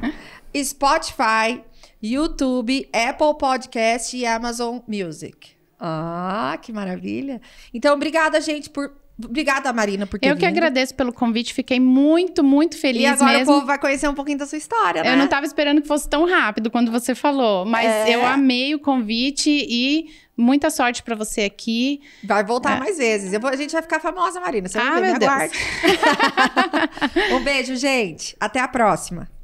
Spotify, YouTube, Apple Podcast e Amazon Music. Ah, que maravilha. Então, obrigada, gente, por... Obrigada, Marina, por ter Eu que vindo. agradeço pelo convite, fiquei muito, muito feliz E agora mesmo. o povo vai conhecer um pouquinho da sua história, né? Eu não tava esperando que fosse tão rápido quando você falou, mas É. eu amei o convite e muita sorte pra você aqui. Vai voltar É. mais vezes. Eu vou- a gente vai ficar famosa, Marina. Você vai Ah, ver, me meu Deus. aguarde. Um beijo, gente. Até a próxima.